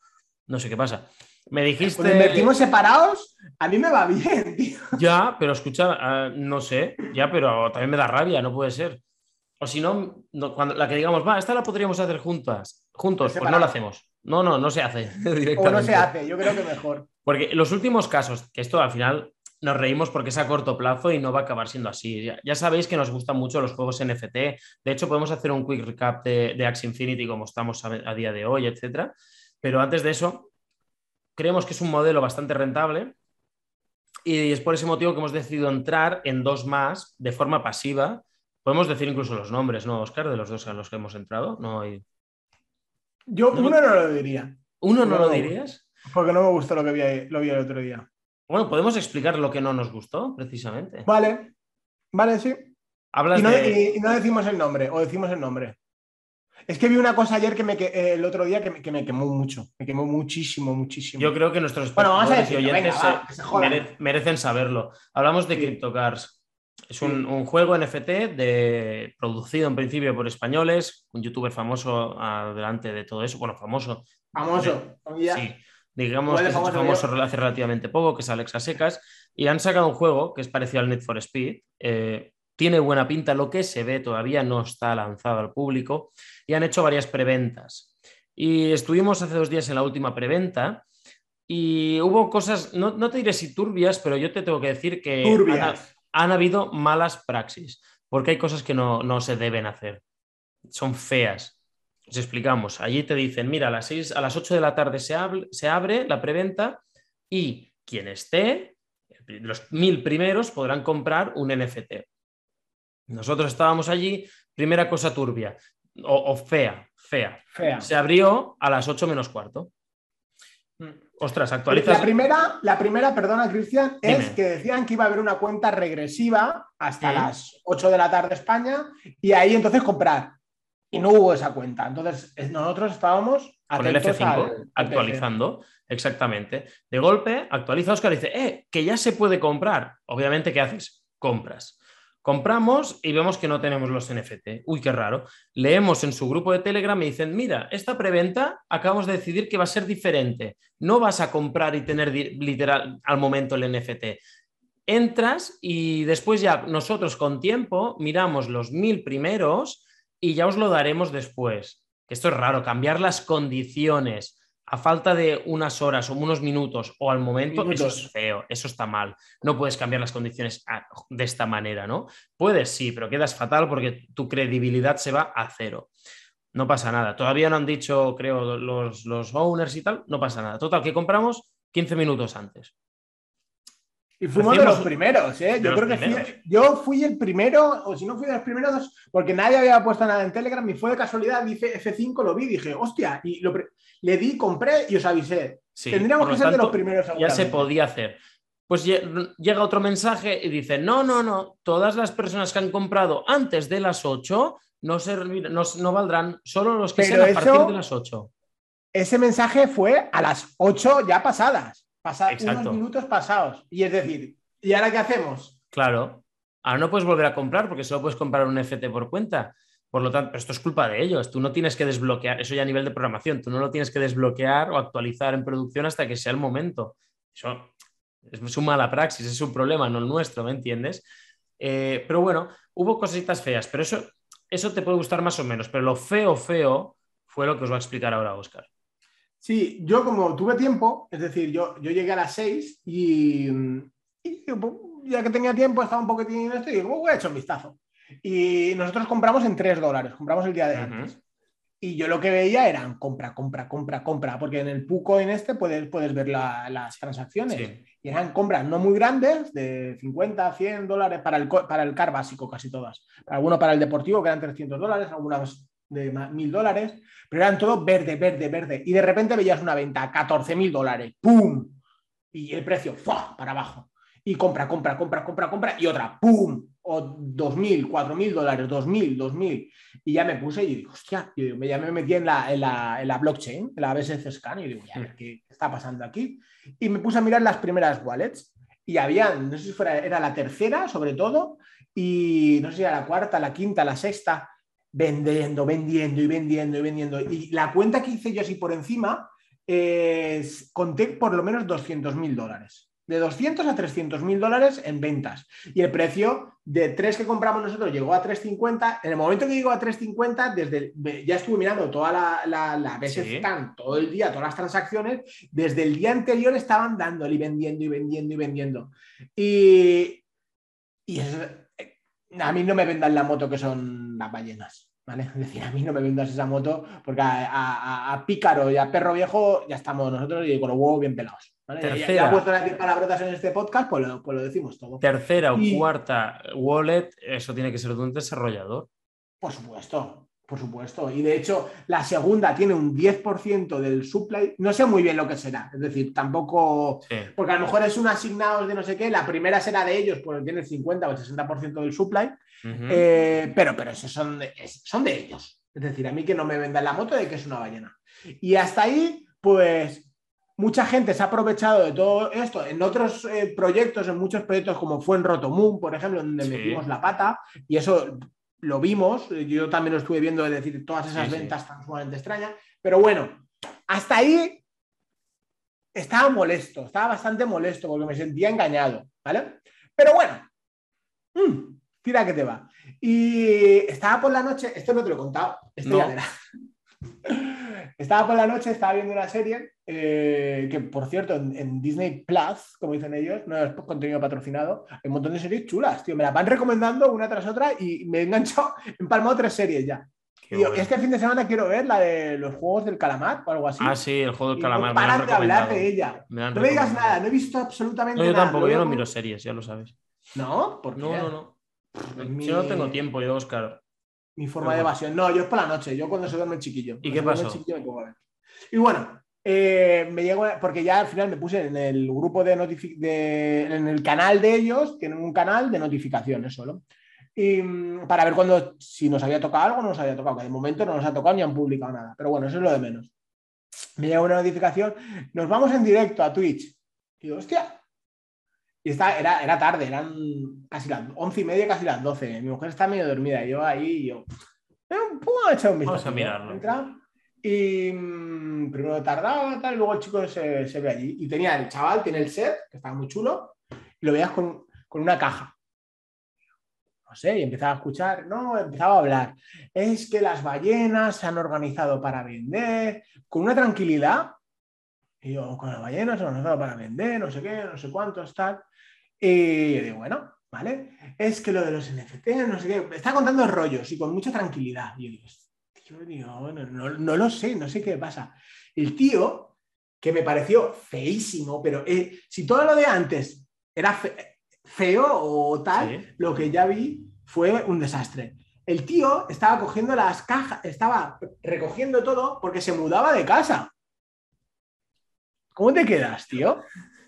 No sé qué pasa. Me dijiste... Pues invertimos separados, a mí me va bien, tío. Ya, pero escucha, uh, no sé, ya, pero también me da rabia, no puede ser. O si no, no, cuando la que digamos, va, esta la podríamos hacer juntas, juntos, pues no la hacemos. No, no, no se hace directamente. O no se hace, yo creo que mejor. Porque los últimos casos, que esto al final nos reímos porque es a corto plazo y no va a acabar siendo así. Ya, ya sabéis que nos gustan mucho los juegos N F T. De hecho, podemos hacer un quick recap de, de Axie Infinity como estamos a, a día de hoy, etcétera. Pero antes de eso, creemos que es un modelo bastante rentable y es por ese motivo que hemos decidido entrar en dos más de forma pasiva. Podemos decir incluso los nombres, ¿no, Óscar? De los dos a los que hemos entrado. No hay... Yo ¿No? uno no lo diría. ¿Uno no, no lo dirías? Porque no me gustó lo que vi, lo vi el otro día. Bueno, podemos explicar lo que no nos gustó, precisamente. Vale, vale, sí. Hablas y, no, de... y, y no decimos el nombre, o decimos el nombre. Es que vi una cosa ayer que me eh, el otro día que me, que me quemó mucho. Me quemó muchísimo, muchísimo. Yo creo que nuestros espectadores bueno, decir, y oyentes venga, va, se mere, merecen saberlo. Hablamos de sí. CryptoCars. Es un, sí. un juego N F T de, producido en principio por españoles, un youtuber famoso adelante de todo eso. Bueno, famoso. Famoso. De, sí. Digamos que es famoso, famoso hace relativamente poco, que es Alexa Secas. Y han sacado un juego que es parecido al Need for Speed. Eh, tiene buena pinta, lo que se ve todavía no está lanzado al público. Y han hecho varias preventas. Y estuvimos hace dos días en la última preventa. Y hubo cosas, no, no te diré si turbias, pero yo te tengo que decir que han, han habido malas praxis, porque hay cosas que no, no se deben hacer. Son feas. Os explicamos. Allí te dicen, mira, a las seis, a las ocho de la tarde se, hable, se abre la preventa y quien esté, los mil primeros podrán comprar un N F T. Nosotros estábamos allí, primera cosa turbia, o, o fea, fea, fea. Se abrió a las ocho menos cuarto. Ostras, actualizas. La primera, la primera perdona, Cristian, es que decían que iba a haber una cuenta regresiva hasta ¿Sí? las ocho de la tarde España y ahí entonces comprar. Y no hubo esa cuenta. Entonces, nosotros estábamos con el F cinco al, actualizando. Al exactamente. De golpe, actualiza Óscar y dice, eh, que ya se puede comprar. Obviamente, ¿qué haces? Compras. Compramos y vemos que no tenemos los N F T. Uy, qué raro. Leemos en su grupo de Telegram y dicen, mira, esta preventa acabamos de decidir que va a ser diferente. No vas a comprar y tener literal al momento el N F T. Entras y después ya nosotros con tiempo miramos los mil primeros y ya os lo daremos después. Esto es raro, cambiar las condiciones a falta de unas horas o unos minutos o al momento, minutos. Eso es feo, eso está mal. No puedes cambiar las condiciones de esta manera, ¿no? Puedes, sí, pero quedas fatal porque tu credibilidad se va a cero. No pasa nada. Todavía no han dicho, creo, los, los owners y tal, no pasa nada. Total, que compramos quince minutos antes. Y fuimos de los primeros, ¿eh? Yo creo que fui, yo fui el primero, o si no fui de los primeros, porque nadie había puesto nada en Telegram y fue de casualidad, dice F cinco, lo vi y dije, hostia, y lo le di, compré y os avisé. Sí, Tendríamos que ser tanto, de los primeros. Ya se podía hacer. Pues llega otro mensaje y dice, no, no, no, todas las personas que han comprado antes de las ocho no, servirán, no, no valdrán, solo los que Pero sean a eso, partir de las ocho. Ese mensaje fue a las ocho ya pasadas. Pasar unos minutos pasados. Y es decir, ¿y ahora qué hacemos? Claro. Ahora no puedes volver a comprar porque solo puedes comprar un N F T por cuenta. Por lo tanto, pero esto es culpa de ellos. Tú no tienes que desbloquear, eso ya a nivel de programación, tú no lo tienes que desbloquear o actualizar en producción hasta que sea el momento. Eso es su mala praxis, es un problema, no el nuestro, ¿me entiendes? Eh, pero bueno, hubo cositas feas, pero eso, eso te puede gustar más o menos. Pero lo feo, feo fue lo que os va a explicar ahora Óscar. Sí, yo como tuve tiempo, es decir, yo, yo llegué a las seis y, y ya que tenía tiempo, estaba un poquitín en esto y digo, voy a echar un vistazo. Y nosotros compramos en tres dólares, compramos el día de antes. Uh-huh. Y yo lo que veía eran compra, compra, compra, compra, porque en el PuCoin este puedes, puedes ver la, las transacciones. Sí. Y eran compras no muy grandes, de cincuenta, cien dólares para el, para el car básico, casi todas. Alguno para el deportivo, que eran trescientos dólares, algunas de mil dólares, pero eran todo verde, verde, verde. Y de repente veías una venta a catorce mil dólares. ¡Pum! Y el precio, ¡fua! Para abajo. Y compra, compra, compra, compra, compra. Y otra, ¡pum! O dos mil, cuatro mil dólares, dos mil, dos mil. Y ya me puse y digo, hostia, y digo, ya me metí en la, en, la, en la blockchain, en la B S C Scan, y digo, ya, a ver qué está pasando aquí. Y me puse a mirar las primeras wallets. Y había, no sé si fuera, era la tercera, sobre todo, y no sé si era la cuarta, la quinta, la sexta. Vendiendo, vendiendo y vendiendo y vendiendo. Y la cuenta que hice yo así por encima eh, conté por lo menos doscientos mil dólares. De doscientos a trescientos mil dólares en ventas. Y el precio de tres que compramos nosotros llegó a tres cincuenta. En el momento que llegó a tres cincuenta, desde el, ya estuve mirando toda la, la, la B S C Scan, sí, todo el día, todas las transacciones. Desde el día anterior estaban dándole y vendiendo y vendiendo y vendiendo. Y, y es, a mí no me vendan la moto que son las ballenas. ¿Vale? Es decir, a mí no me vendas esa moto porque a, a, a pícaro y a perro viejo ya estamos nosotros y con los huevos bien pelados. ¿Vale? Tercera, ya, ya he puesto a decir palabrotas en este podcast, pues lo, pues lo decimos todo. Tercera y, o cuarta wallet, eso tiene que ser de un desarrollador. Por supuesto, por supuesto. Y de hecho, la segunda tiene un diez por ciento del supply. No sé muy bien lo que será. Es decir, tampoco... Sí. Porque a lo mejor es un asignado de no sé qué. La primera será de ellos, pues tiene el cincuenta o el sesenta por ciento del supply. Uh-huh. eh, pero, pero esos son de, son de ellos. Es decir, a mí que no me vendan la moto de que es una ballena. Y hasta ahí, pues... Mucha gente se ha aprovechado de todo esto en otros eh, proyectos, en muchos proyectos como fue en Rotomoon, por ejemplo, donde sí. metimos la pata, y eso lo vimos, yo también lo estuve viendo, es decir, todas esas sí, ventas sí. tan sumamente extrañas, pero bueno, hasta ahí estaba molesto, estaba bastante molesto porque me sentía engañado, ¿vale? Pero bueno, mmm, tira que te va. Y estaba por la noche, esto no te lo he contado, esto no. ya verás. Estaba por la noche, estaba viendo una serie eh, que, por cierto, en, en Disney Plus, como dicen ellos, no es contenido patrocinado, hay un montón de series chulas, tío. Me las van recomendando una tras otra y me he enganchado, he empalmado tres series ya. Y yo, bueno. Este fin de semana quiero ver la de los Juegos del Calamar o algo así. Ah, sí, el Juego del Calamar. No paran de hablar de ella. Me no me digas nada, no he visto absolutamente no, yo nada. Tampoco, yo no miro series, ya lo sabes. ¿No? ¿Por qué? No, no, no. Pff, mi... Si no tengo tiempo, yo, Oscar. Mi forma Pero de evasión. No, yo es por la noche, yo cuando se duerme el chiquillo. ¿Y qué pasó? Chiquillo, me pongo a ver. Y bueno, eh, me llegó, porque ya al final me puse en el grupo de, notific- de en el canal de ellos, tienen un canal de notificaciones solo. Y para ver cuando, si nos había tocado algo o no nos había tocado, que de momento no nos ha tocado ni han publicado nada. Pero bueno, eso es lo de menos. Me llega una notificación, nos vamos en directo a Twitch. Y digo, hostia. Y está, era, era tarde, eran casi las once y media, casi las doce. Mi mujer está medio dormida y yo ahí, yo, puedo echar un vistazo. Vamos a mirarlo. Entra, y mmm, primero tardaba, tal, y luego el chico se, se ve allí. Y tenía el chaval, tiene el set, que estaba muy chulo, y lo veías con, con una caja. No sé, y empezaba a escuchar, no, empezaba a hablar. Es que las ballenas se han organizado para vender, con una tranquilidad. Y yo, con las ballenas se han organizado para vender, no sé qué, no sé cuántos, tal. Y yo digo, bueno, ¿vale? Es que lo de los N F T, no sé qué, me está contando rollos y con mucha tranquilidad. Y yo digo, tío, digo bueno, no, no lo sé, no sé qué pasa. El tío, que me pareció feísimo, pero eh, si todo lo de antes era fe, feo o tal, sí. Lo que ya vi fue un desastre. El tío estaba cogiendo las cajas, estaba recogiendo todo porque se mudaba de casa. ¿Cómo te quedas, tío?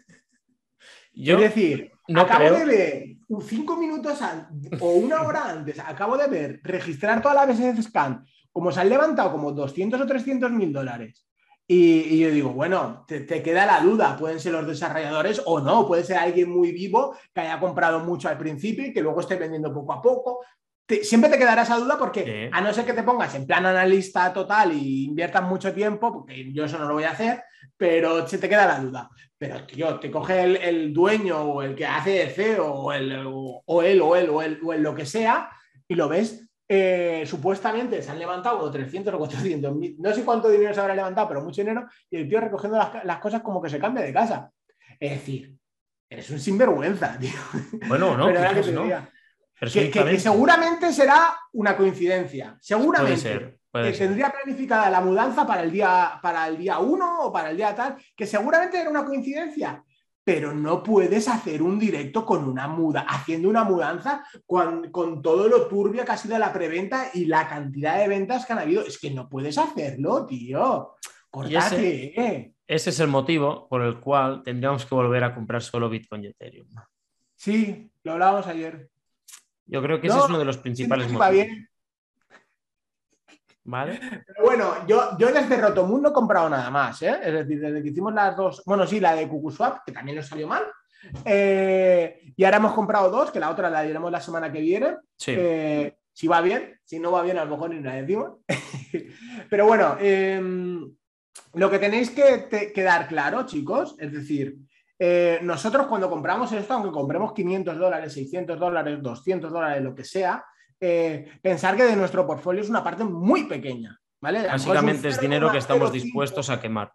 Yo, es decir, no acabo creo. de ver cinco minutos antes, o una hora antes, acabo de ver registrar toda la B S C Scan, como se han levantado como doscientos o trescientos mil dólares. Y, y yo digo, bueno, te, te queda la duda, pueden ser los desarrolladores o no, puede ser alguien muy vivo que haya comprado mucho al principio y que luego esté vendiendo poco a poco. Te, siempre te quedará esa duda porque sí. A no ser que te pongas en plan analista total y inviertas mucho tiempo, porque yo eso no lo voy a hacer, pero se te queda la duda. Pero, tío, te coge el, el dueño o el que hace de C E O o, el, o, o él o él o él o él lo que sea y lo ves, eh, supuestamente se han levantado como trescientos o cuatrocientos mil, no sé cuánto dinero se habrá levantado, pero mucho dinero, y el tío recogiendo las, las cosas como que se cambia de casa. Es decir, eres un sinvergüenza, tío. Bueno, no, pero que, te no. Que, que, que seguramente será una coincidencia. Seguramente. Puede ser, puede que ser. Tendría planificada la mudanza para el día para el día uno o para el día tal, que seguramente era una coincidencia. Pero no puedes hacer un directo con una muda, haciendo una mudanza con, con todo lo turbio que ha sido la preventa y la cantidad de ventas que han habido. Es que no puedes hacerlo, tío. Córtate. Ese, ese es el motivo por el cual tendríamos que volver a comprar solo Bitcoin y Ethereum. Sí, lo hablábamos ayer. Yo creo que no, ese es uno de los principales motivos. Bien. ¿Vale? Pero bueno, yo, yo desde Rotomoon no he comprado nada más, ¿eh? Es decir, desde que hicimos las dos, bueno, sí, la de KukuSwap, que también nos salió mal, eh, y ahora hemos comprado dos, que la otra la diremos la semana que viene. Sí. Eh, si va bien, si no va bien, a lo mejor ni la decimos. Pero bueno, eh, lo que tenéis que te, quedar claro, chicos, es decir, eh, nosotros cuando compramos esto, aunque compremos quinientos dólares, seiscientos dólares, doscientos dólares, lo que sea, eh, pensar que de nuestro portfolio es una parte muy pequeña, ¿vale? Básicamente es, es dinero que estamos dispuestos a quemar.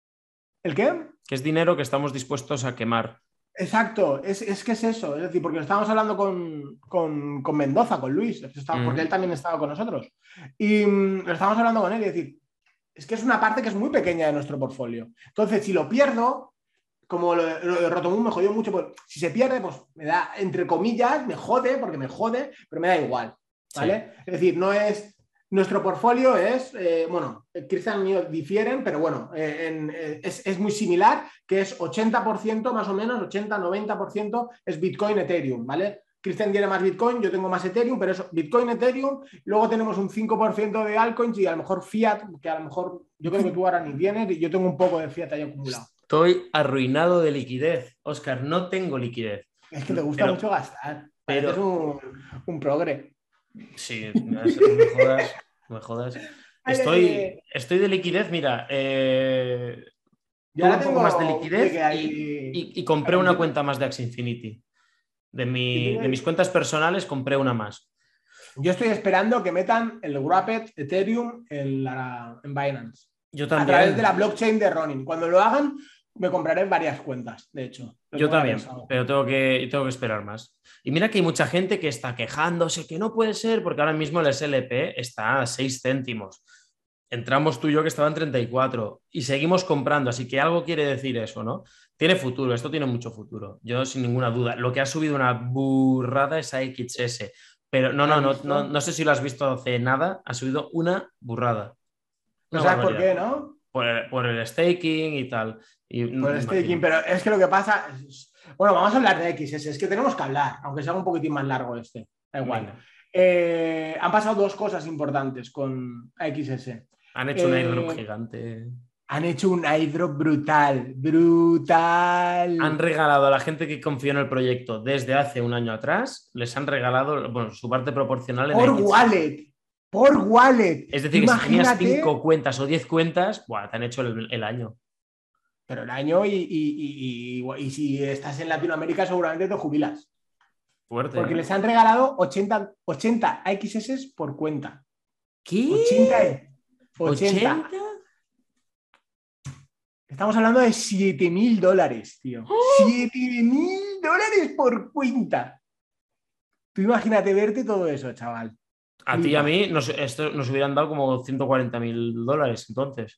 ¿El qué? Que es dinero que estamos dispuestos a quemar. Exacto, es, es que es eso, es decir, porque estábamos hablando con, con, con Mendoza, con Luis, estaba, porque él también estaba con nosotros, y um, lo estábamos hablando con él y decir, es que es una parte que es muy pequeña de nuestro portfolio. Entonces, si lo pierdo, como lo, lo de Rotomund me jodió mucho, pues si se pierde, pues me da, entre comillas, me jode, porque me jode, pero me da igual, ¿vale? Sí. Es decir, no es... Nuestro portfolio es, eh, bueno, Cristian y mío difieren, pero bueno, eh, en, eh, es, es muy similar, que es ochenta por ciento más o menos, ochenta a noventa por ciento es Bitcoin, Ethereum, ¿vale? Cristian tiene más Bitcoin, yo tengo más Ethereum, pero eso, Bitcoin, Ethereum, luego tenemos un cinco por ciento de altcoins y a lo mejor Fiat, que a lo mejor yo creo que tú ahora ni tienes, y yo tengo un poco de Fiat ahí acumulado. Estoy arruinado de liquidez, Óscar, no tengo liquidez. Es que te gusta pero, mucho gastar, pero es un, un progre. Sí, no me jodas, no me jodas. Estoy, estoy de liquidez, mira, eh, yo ahora un poco más de liquidez hay... y, y, y compré una cuenta más de Axie Infinity. De, mi, de mis cuentas personales compré una más. Yo estoy esperando que metan el Wrapped Ethereum en, la, en Binance. Yo también. A través de la blockchain de Ronin. Cuando lo hagan, me compraré varias cuentas, de hecho. Yo también, pero tengo que, tengo que esperar más. Y mira que hay mucha gente que está quejándose, que no puede ser, porque ahora mismo el S L P está a seis céntimos. Entramos tú y yo que estaban treinta y cuatro y seguimos comprando, así que algo quiere decir eso, ¿no? Tiene futuro, esto tiene mucho futuro, yo sin ninguna duda. Lo que ha subido una burrada es A X S, pero no, no, no, no, no sé si lo has visto hace nada, ha subido una burrada. No sabes por qué, ¿no? Por el, por el staking y tal. Y, por el staking, pero es que lo que pasa es... Bueno, vamos a hablar de X S, es que tenemos que hablar, aunque sea un poquitín más largo este, da igual. Eh, han pasado dos cosas importantes con X S. Han hecho eh, un airdrop gigante. Han hecho un airdrop brutal, brutal. Han regalado a la gente que confió en el proyecto desde hace un año atrás, les han regalado, bueno, su parte proporcional en Por X S. Wallet. Por wallet. Es decir, Imagínate... que si tenías cinco cuentas o diez cuentas, buah, te han hecho el, el año. Pero el año y, y, y, y, y si estás en Latinoamérica seguramente te jubilas. Fuerte. Porque ¿eh? Les han regalado ochenta, ochenta A X S por cuenta. ¿Qué? ochenta. ochenta. Estamos hablando de siete mil dólares, tío. ¡Oh! siete mil dólares por cuenta. Tú imagínate verte todo eso, chaval. A ti y a mí nos, esto, nos hubieran dado como ciento cuarenta mil dólares, entonces.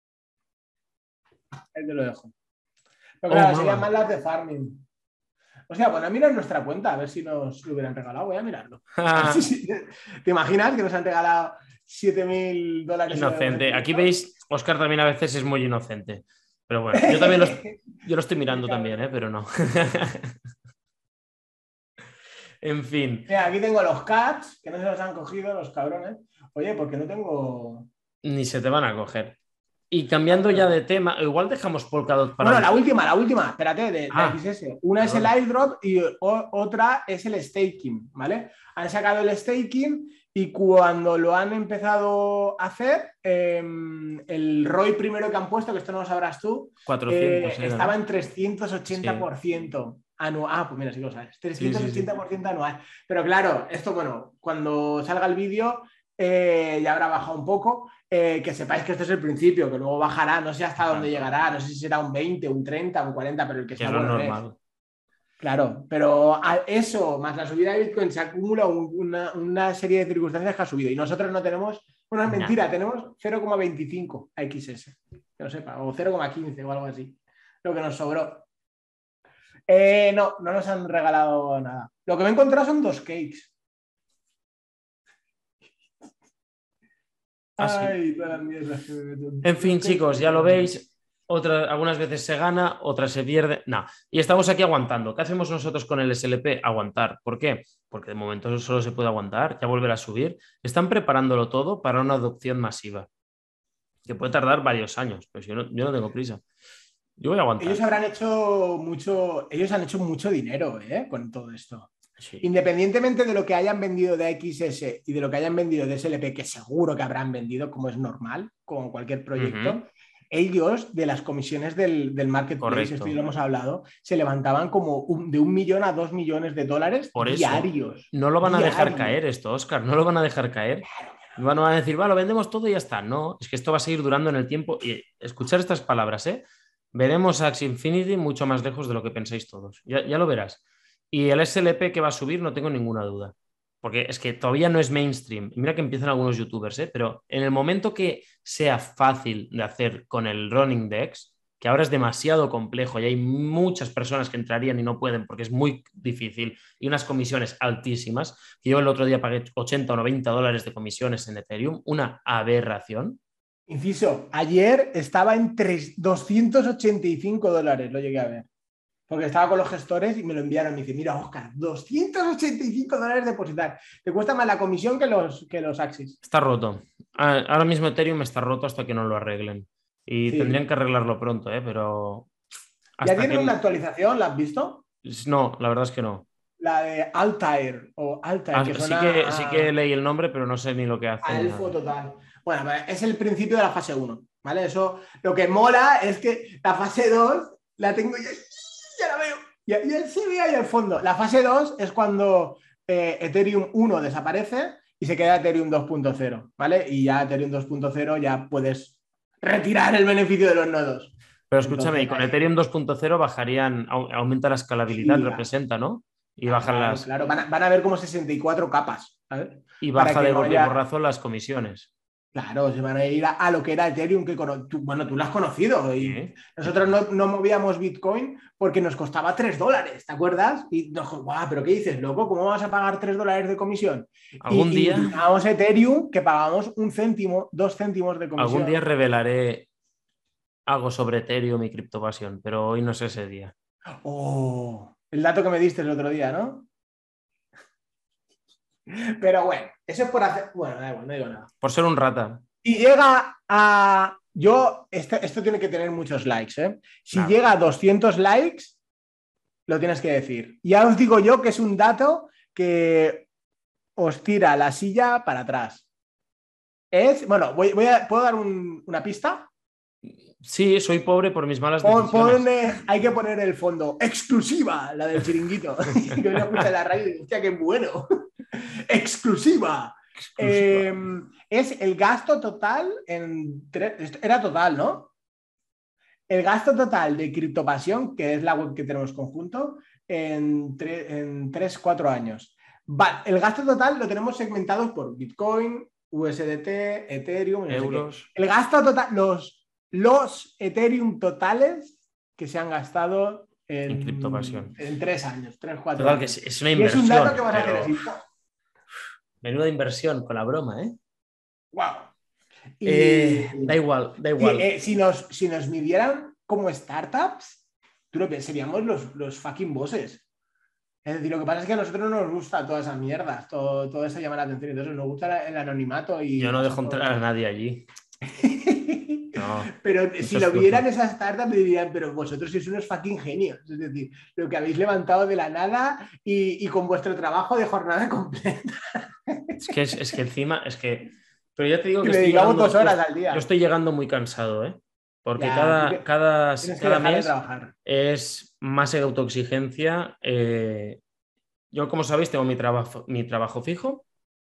Ahí te lo dejo. Pero claro, oh, serían más las de farming. O sea, bueno, mira nuestra cuenta, a ver si nos lo hubieran regalado. Voy a mirarlo. sí, sí. ¿Te imaginas que nos han regalado siete mil dólares? Inocente. Aquí veis, Óscar también a veces es muy inocente. Pero bueno, yo también lo, yo lo estoy mirando también, ¿eh? Pero no. En fin. Mira, aquí tengo los cats, que no se los han cogido los cabrones. Oye, porque no tengo... Ni se te van a coger. Y cambiando ya de tema, igual dejamos Polkadot para... Bueno, la última, la última, espérate, de, ah, de X S. Una es el airdrop y o, otra es el staking, ¿vale? Han sacado el staking y cuando lo han empezado a hacer, eh, el R O I primero que han puesto, que esto no lo sabrás tú, cuatrocientos, eh, estaba en trescientos ochenta por ciento. Sí. Anual. Ah, pues mira, sí lo sabes. trescientos ochenta por ciento sí, sí, sí. Anual. Pero claro, esto, bueno, cuando salga el vídeo eh, ya habrá bajado un poco. Eh, que sepáis que esto es el principio, que luego bajará, no sé hasta dónde llegará, no sé si será un veinte, un treinta, un cuarenta, pero el que sea bueno normal. Es. Claro, pero a eso, más la subida de Bitcoin, se acumula un, una, una serie de circunstancias que ha subido. Y nosotros no tenemos, bueno, es mentira, no. Tenemos cero coma veinticinco A X S, que no sepa, o cero coma quince o algo así, lo que nos sobró. Eh, no, no nos han regalado nada. Lo que me he encontrado son dos cakes. Ah, Ay, sí. En fin, chicos, ya lo veis. Otra, algunas veces se gana, otras se pierde. No. Y estamos aquí aguantando. ¿Qué hacemos nosotros con el S L P? Aguantar. ¿Por qué? Porque de momento solo se puede aguantar, ya volverá a subir. Están preparándolo todo para una adopción masiva, que puede tardar varios años, pero yo no, yo no tengo prisa. Yo voy a aguantar. Ellos habrán hecho mucho, ellos han hecho mucho dinero, ¿eh? Con todo esto. Sí. Independientemente de lo que hayan vendido de X S y de lo que hayan vendido de S L P, que seguro que habrán vendido, como es normal, como cualquier proyecto, uh-huh. ellos de las comisiones del, del marketplace, Correcto. esto ya lo hemos hablado, se levantaban como un, de un millón a dos millones de dólares Por eso, diarios. no lo van a dejar diarios. caer esto, Óscar, no lo van a dejar caer. Van a decir, va, lo vendemos todo y ya está. No, es que esto va a seguir durando en el tiempo. Y escuchar estas palabras, ¿eh? Veremos a Axie Infinity mucho más lejos de lo que pensáis todos. Ya, ya lo verás. Y el S L P que va a subir, no tengo ninguna duda. Porque es que todavía no es mainstream. Y mira que empiezan algunos youtubers, ¿eh? Pero en el momento que sea fácil de hacer con el Running Dex, que ahora es demasiado complejo y hay muchas personas que entrarían y no pueden porque es muy difícil y unas comisiones altísimas, que yo el otro día pagué ochenta o noventa dólares de comisiones en Ethereum, una aberración. Inciso, ayer estaba en doscientos ochenta y cinco dólares, lo llegué a ver. Porque estaba con los gestores y me lo enviaron. Me dice, mira, Óscar, doscientos ochenta y cinco dólares depositar. Te cuesta más la comisión que los, que los Axis. Está roto. Ahora mismo Ethereum está roto hasta que no lo arreglen. Y sí. Tendrían que arreglarlo pronto, ¿eh? Pero... ¿Ya tienen que... una actualización? ¿La has visto? No, la verdad es que no. La de Altair o Altair. Ah, que sí, suena que, a... sí que leí el nombre, pero no sé ni lo que hace. A Elfo total. Bueno, es el principio de la fase uno, ¿vale? Eso, lo que mola es que la fase dos la tengo ya, ya la veo. Ya, ya se ve ahí al fondo. La fase dos es cuando eh, Ethereum uno desaparece y se queda Ethereum dos punto cero, ¿vale? Y ya Ethereum dos punto cero ya puedes retirar el beneficio de los nodos. Pero escúchame, Entonces, y con ahí... Ethereum dos punto cero bajarían, aumenta la escalabilidad, sí, representa, ¿no? Y claro, bajan las... Claro, van a, van a ver como sesenta y cuatro capas, ¿sabes? Y baja de golpe y porrazo las comisiones. Claro, se van a ir a, a lo que era Ethereum, que tú, bueno, tú lo has conocido. Y ¿Sí? Nosotros no, no movíamos Bitcoin porque nos costaba tres dólares, ¿te acuerdas? Y nos guau, ¿pero qué dices, loco? ¿Cómo vas a pagar tres dólares de comisión? ¿Algún y, día? Y pagábamos Ethereum, que pagábamos un céntimo, dos céntimos de comisión. Algún día revelaré algo sobre Ethereum y criptopasión, pero hoy no es ese día. Oh, el dato que me diste el otro día, ¿no? Pero bueno, eso es por hacer... Bueno, da igual, no digo nada. Por ser un rata. Si llega a... Yo, esto, esto tiene que tener muchos likes, ¿eh? Si Nada. llega a doscientos likes, lo tienes que decir. Ya os digo yo que es un dato que os tira la silla para atrás. Es... Bueno, voy, voy a, ¿puedo dar un, una pista? Sí, soy pobre por mis malas Pon, decisiones. Pone, hay que poner el fondo. Exclusiva, la del chiringuito. Que me escucha en la radio y digo, hostia, qué bueno. Exclusiva. Exclusiva. Eh, es el gasto total en... Era total, ¿no? El gasto total de Criptopasión, que es la web que tenemos conjunto, en, en tres, cuatro años. Va, el gasto total lo tenemos segmentado por Bitcoin, U S D T, Ethereum, euros. No sé qué. El gasto total, los, los Ethereum totales que se han gastado en, en Criptopasión. En tres años, tres, cuatro Total, años. Que es, es una inversión. Y es un dato que vas pero... a hacer así. Menuda inversión con la broma, ¿eh? Wow. Y, eh, da igual, da igual. Y, eh, si, nos, si nos midieran como startups, tú lo que seríamos los, los fucking bosses. Es decir, lo que pasa es que a nosotros no nos gusta toda esa mierda, todo, todo eso llama la atención. Entonces nos gusta el anonimato y... Yo no dejo entrar a nadie allí. No, pero si lo vieran esas startups dirían, pero vosotros sois unos fucking genios. Es decir, lo que habéis levantado de la nada y, y con vuestro trabajo de jornada completa. Es que, es, es que encima, es que... Pero ya te digo que... Y le digamos dos horas al día. Yo estoy llegando muy cansado, ¿eh? Porque ya, cada, que, cada, cada mes es más autoexigencia. Eh, yo, como sabéis, tengo mi trabajo, mi trabajo fijo.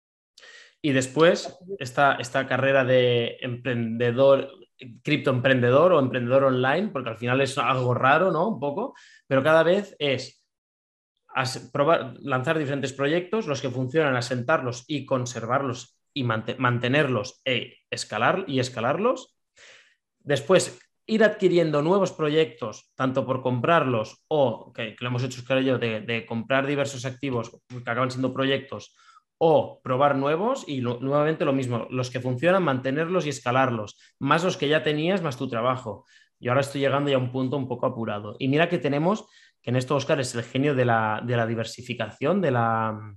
Y después esta, esta carrera de emprendedor, criptoemprendedor o emprendedor online, porque al final es algo raro, ¿no? Un poco, pero cada vez es probar, lanzar diferentes proyectos, los que funcionan, asentarlos y conservarlos y mant- mantenerlos e escalar, y escalarlos. Después, ir adquiriendo nuevos proyectos, tanto por comprarlos o, que, que lo hemos hecho Oscar y yo, de, de comprar diversos activos que acaban siendo proyectos, o probar nuevos y lo, nuevamente lo mismo, los que funcionan, mantenerlos y escalarlos, más los que ya tenías, más tu trabajo. Y ahora estoy llegando ya a un punto un poco apurado. Y mira que tenemos, que en esto Óscar es el genio de la, de la diversificación, de la...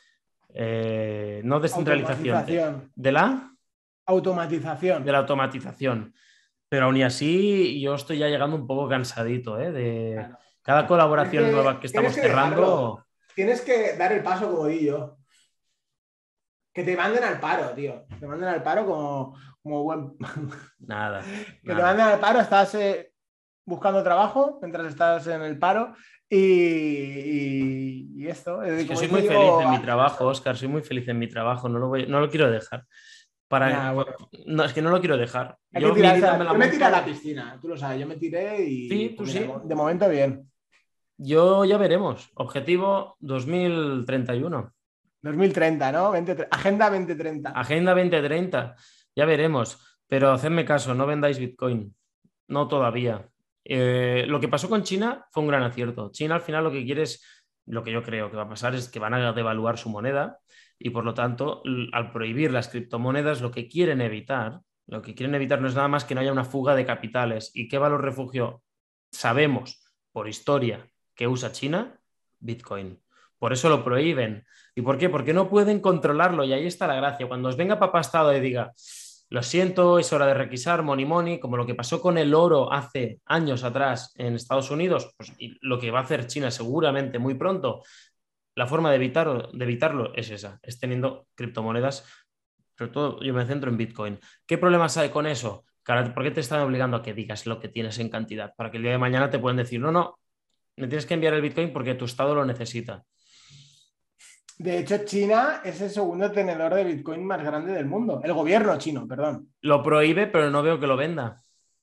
Eh, no descentralización, de, de la... Automatización. De la automatización. Pero aún y así yo estoy ya llegando un poco cansadito, ¿eh? De claro. Cada colaboración que, nueva que estamos que cerrando... Dejarlo. Tienes que dar el paso como di yo. Que te manden al paro, tío. Te manden al paro como, Muy buen. Nada. Que nada. te manden al paro, estás eh, buscando trabajo mientras estás en el paro y, y, y esto. Es que Como soy dice muy feliz en Diego, mi trabajo, Óscar, soy muy feliz en mi trabajo, no lo, voy, no lo quiero dejar. Para, nah, bueno, no, es que no lo quiero dejar. hay que Yo mi tirarse. vida A me la... la Yo me tiré a la monto. piscina, tú lo sabes, yo me tiré y Sí, tú pues mira, sí. de momento bien. Yo ya veremos. Objetivo dos mil treinta y uno. dos mil treinta, ¿no? veinte, Agenda dos mil treinta. Agenda dos mil treinta. Ya veremos. Pero hacedme caso, no vendáis Bitcoin. No todavía. Eh, lo que pasó con China fue un gran acierto. China al final lo que quiere es, lo que yo creo que va a pasar es que van a devaluar su moneda y por lo tanto, al prohibir las criptomonedas, lo que quieren evitar, lo que quieren evitar no es nada más que no haya una fuga de capitales. ¿Y qué valor refugio? Sabemos por historia que usa China, Bitcoin. Por eso lo prohíben. ¿Y por qué? Porque no pueden controlarlo y ahí está la gracia. Cuando os venga papá Estado y diga, lo siento, es hora de requisar money money, como lo que pasó con el oro hace años atrás en Estados Unidos, pues y lo que va a hacer China seguramente muy pronto, la forma de evitarlo, de evitarlo es esa, es teniendo criptomonedas, sobre todo yo me centro en Bitcoin. ¿Qué problemas hay con eso? ¿Por qué te están obligando a que digas lo que tienes en cantidad? Para que el día de mañana te pueden decir, no, no, me tienes que enviar el Bitcoin porque tu estado lo necesita. De hecho, China es el segundo tenedor de Bitcoin más grande del mundo. El gobierno chino, perdón. Lo prohíbe, pero no veo que lo venda.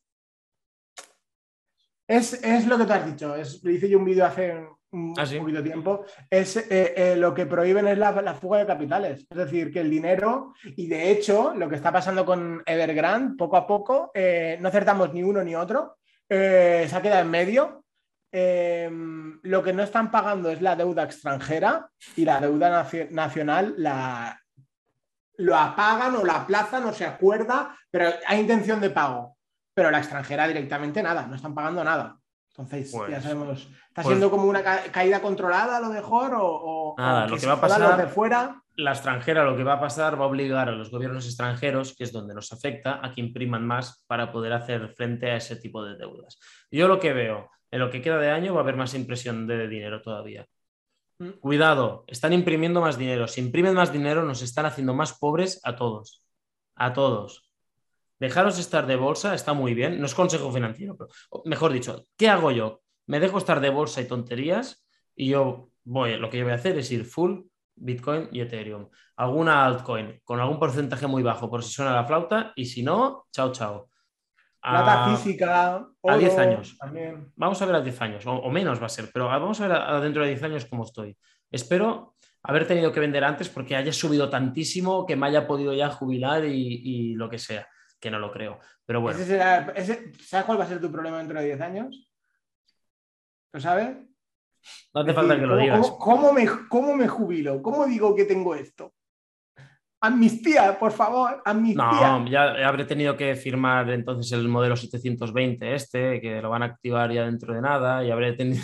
Es, es lo que tú has dicho. Es, lo hice yo un vídeo hace un ¿Ah, sí? poquito tiempo. Es, eh, eh, lo que prohíben es la, la fuga de capitales. Es decir, que el dinero, y de hecho, lo que está pasando con Evergrande, poco a poco, eh, no acertamos ni uno ni otro. Eh, se ha quedado en medio. Eh, lo que no están pagando es la deuda extranjera y la deuda nacio- nacional la, lo apagan o la aplazan o se acuerda, pero hay intención de pago. Pero la extranjera directamente nada, no están pagando nada. Entonces, Pues, ya sabemos, ¿está pues, siendo como una ca caída controlada a lo mejor o, o, nada, o lo que que se va a jodan los de pasar, fuera? la extranjera lo que va a pasar va a obligar a los gobiernos extranjeros, que es donde nos afecta, a que impriman más para poder hacer frente a ese tipo de deudas. Yo lo que veo, en lo que queda de año va a haber más impresión de dinero todavía. Cuidado, están imprimiendo más dinero. Si imprimen más dinero, nos están haciendo más pobres a todos. A todos. Dejaros estar de bolsa está muy bien. No es consejo financiero, pero mejor dicho, ¿qué hago yo? Me dejo estar de bolsa y tonterías y yo voy, lo que yo voy a hacer es ir full Bitcoin y Ethereum. Alguna altcoin con algún porcentaje muy bajo por si suena la flauta y si no, chao, chao. Plata A, física, a diez oro años. también. Vamos a ver a diez años, o, o menos va a ser, pero vamos a ver a, a dentro de diez años cómo estoy. Espero haber tenido que vender antes porque haya subido tantísimo que me haya podido ya jubilar y, y lo que sea, que no lo creo. Pero bueno. Ese será, ese, ¿sabes cuál va a ser tu problema dentro de diez años? ¿Lo sabes? No hace Es falta decir, que lo ¿cómo, digas. cómo, cómo, me, ¿cómo me jubilo? ¿Cómo digo que tengo esto? Amnistía, por favor, amnistía. No, ya habré tenido que firmar entonces el modelo setecientos veinte este, que lo van a activar ya dentro de nada, y habré tenido...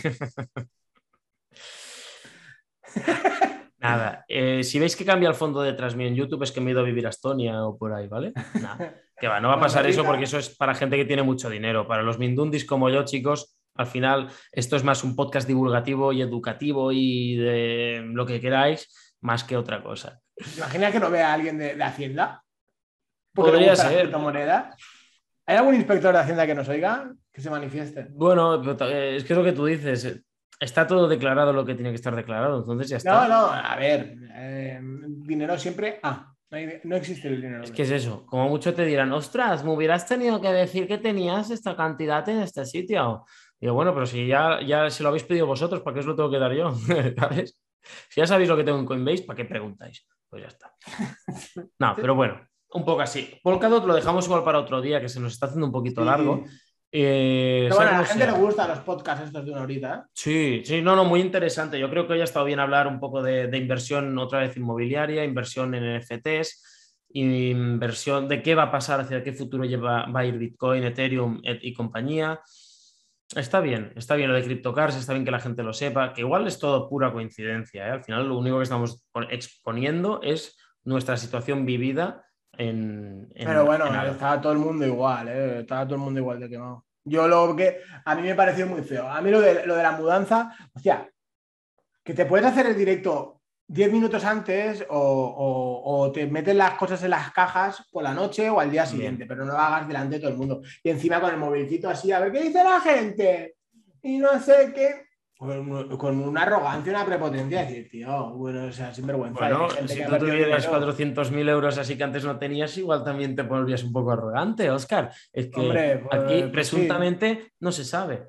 Nada, eh, si veis que cambia el fondo detrás mío en YouTube es que me he ido a vivir a Estonia o por ahí, ¿vale? Nada, que va, no va a pasar eso porque eso es para gente que tiene mucho dinero. Para los mindundis como yo, chicos, al final esto es más un podcast divulgativo y educativo y de lo que queráis, más que otra cosa. ¿Te imaginas que no vea a alguien de, de Hacienda? Porque le Podría gustan las ser. criptomonedas. ¿Hay algún inspector de Hacienda que nos oiga? Que se manifieste. Bueno, es que es lo que tú dices. Está todo declarado lo que tiene que estar declarado, entonces ya No, está. no, a ver, eh, dinero siempre. Ah, no, hay- no existe el dinero. Es que es eso, como mucho te dirán, ostras, me hubieras tenido que decir que tenías esta cantidad en este sitio. Digo, bueno, pero si ya, ya se lo habéis pedido vosotros, ¿para qué os lo tengo que dar yo? ¿Sabes? Si ya sabéis lo que tengo en Coinbase, ¿para qué preguntáis? Pues ya está. No, pero bueno, un poco así. Polkadot lo dejamos igual para otro día, que se nos está haciendo un poquito largo. Sí. Eh, Pero sea bueno, a como la gente le sea. gustan los podcasts estos de una horita. ¿Eh? Sí, sí, no, no, muy interesante. Yo creo que hoy ha estado bien hablar un poco de, de inversión otra vez inmobiliaria, inversión en N F Ts, inversión de qué va a pasar, hacia qué futuro lleva, va a ir Bitcoin, Ethereum et- y compañía. Está bien, está bien lo de CryptoCars, está bien que la gente lo sepa, que igual es todo pura coincidencia, ¿eh? Al final lo único que estamos exponiendo es nuestra situación vivida en, Pero en, en bueno, nada. estaba todo el mundo igual, ¿eh? Estaba todo el mundo igual de quemado. Yo lo que a mí me pareció muy feo. A mí lo de, lo de la mudanza, o sea, que te puedes hacer el directo diez minutos antes o, o, o te metes las cosas en las cajas por la noche o al día siguiente, bien, pero no lo hagas delante de todo el mundo. Y encima con el movilcito así, a ver qué dice la gente. Y no sé qué. Con, con una arrogancia, una prepotencia, decir, tío, bueno, o sea, sinvergüenza. Bueno, si tú tuvieras cuatrocientos mil euros así que antes no tenías, igual también te volvías un poco arrogante, Óscar. Es que Hombre, pues, aquí pues presuntamente sí. No se sabe.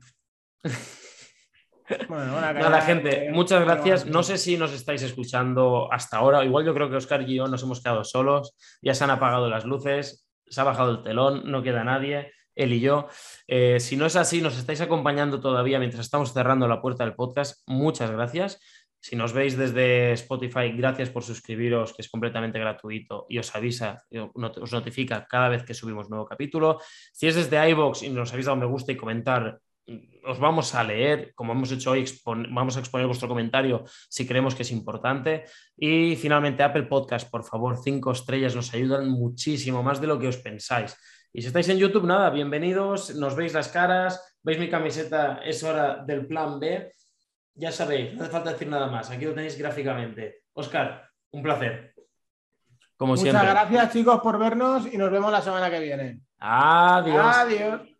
Bueno, Nada, gente, de... muchas gracias. No sé si nos estáis escuchando hasta ahora. Igual yo creo que Óscar y yo nos hemos quedado solos. Ya se han apagado las luces, se ha bajado el telón, no queda nadie, él y yo. Eh, si no es así, nos estáis acompañando todavía mientras estamos cerrando la puerta del podcast. Muchas gracias. Si nos veis desde Spotify, gracias por suscribiros, que es completamente gratuito y os avisa, os notifica cada vez que subimos nuevo capítulo. Si es desde iVoox y nos habéis dado me gusta y comentar, os vamos a leer, como hemos hecho hoy, vamos a exponer vuestro comentario si creemos que es importante. Y finalmente Apple Podcast, por favor, cinco estrellas, nos ayudan muchísimo, más de lo que os pensáis. Y si estáis en YouTube, nada, bienvenidos, nos veis las caras, veis mi camiseta, es hora del plan B. Ya sabéis, no hace falta decir nada más, aquí lo tenéis gráficamente. Óscar, un placer. Como Muchas siempre. gracias, chicos, por vernos y nos vemos la semana que viene. Adiós. Adiós.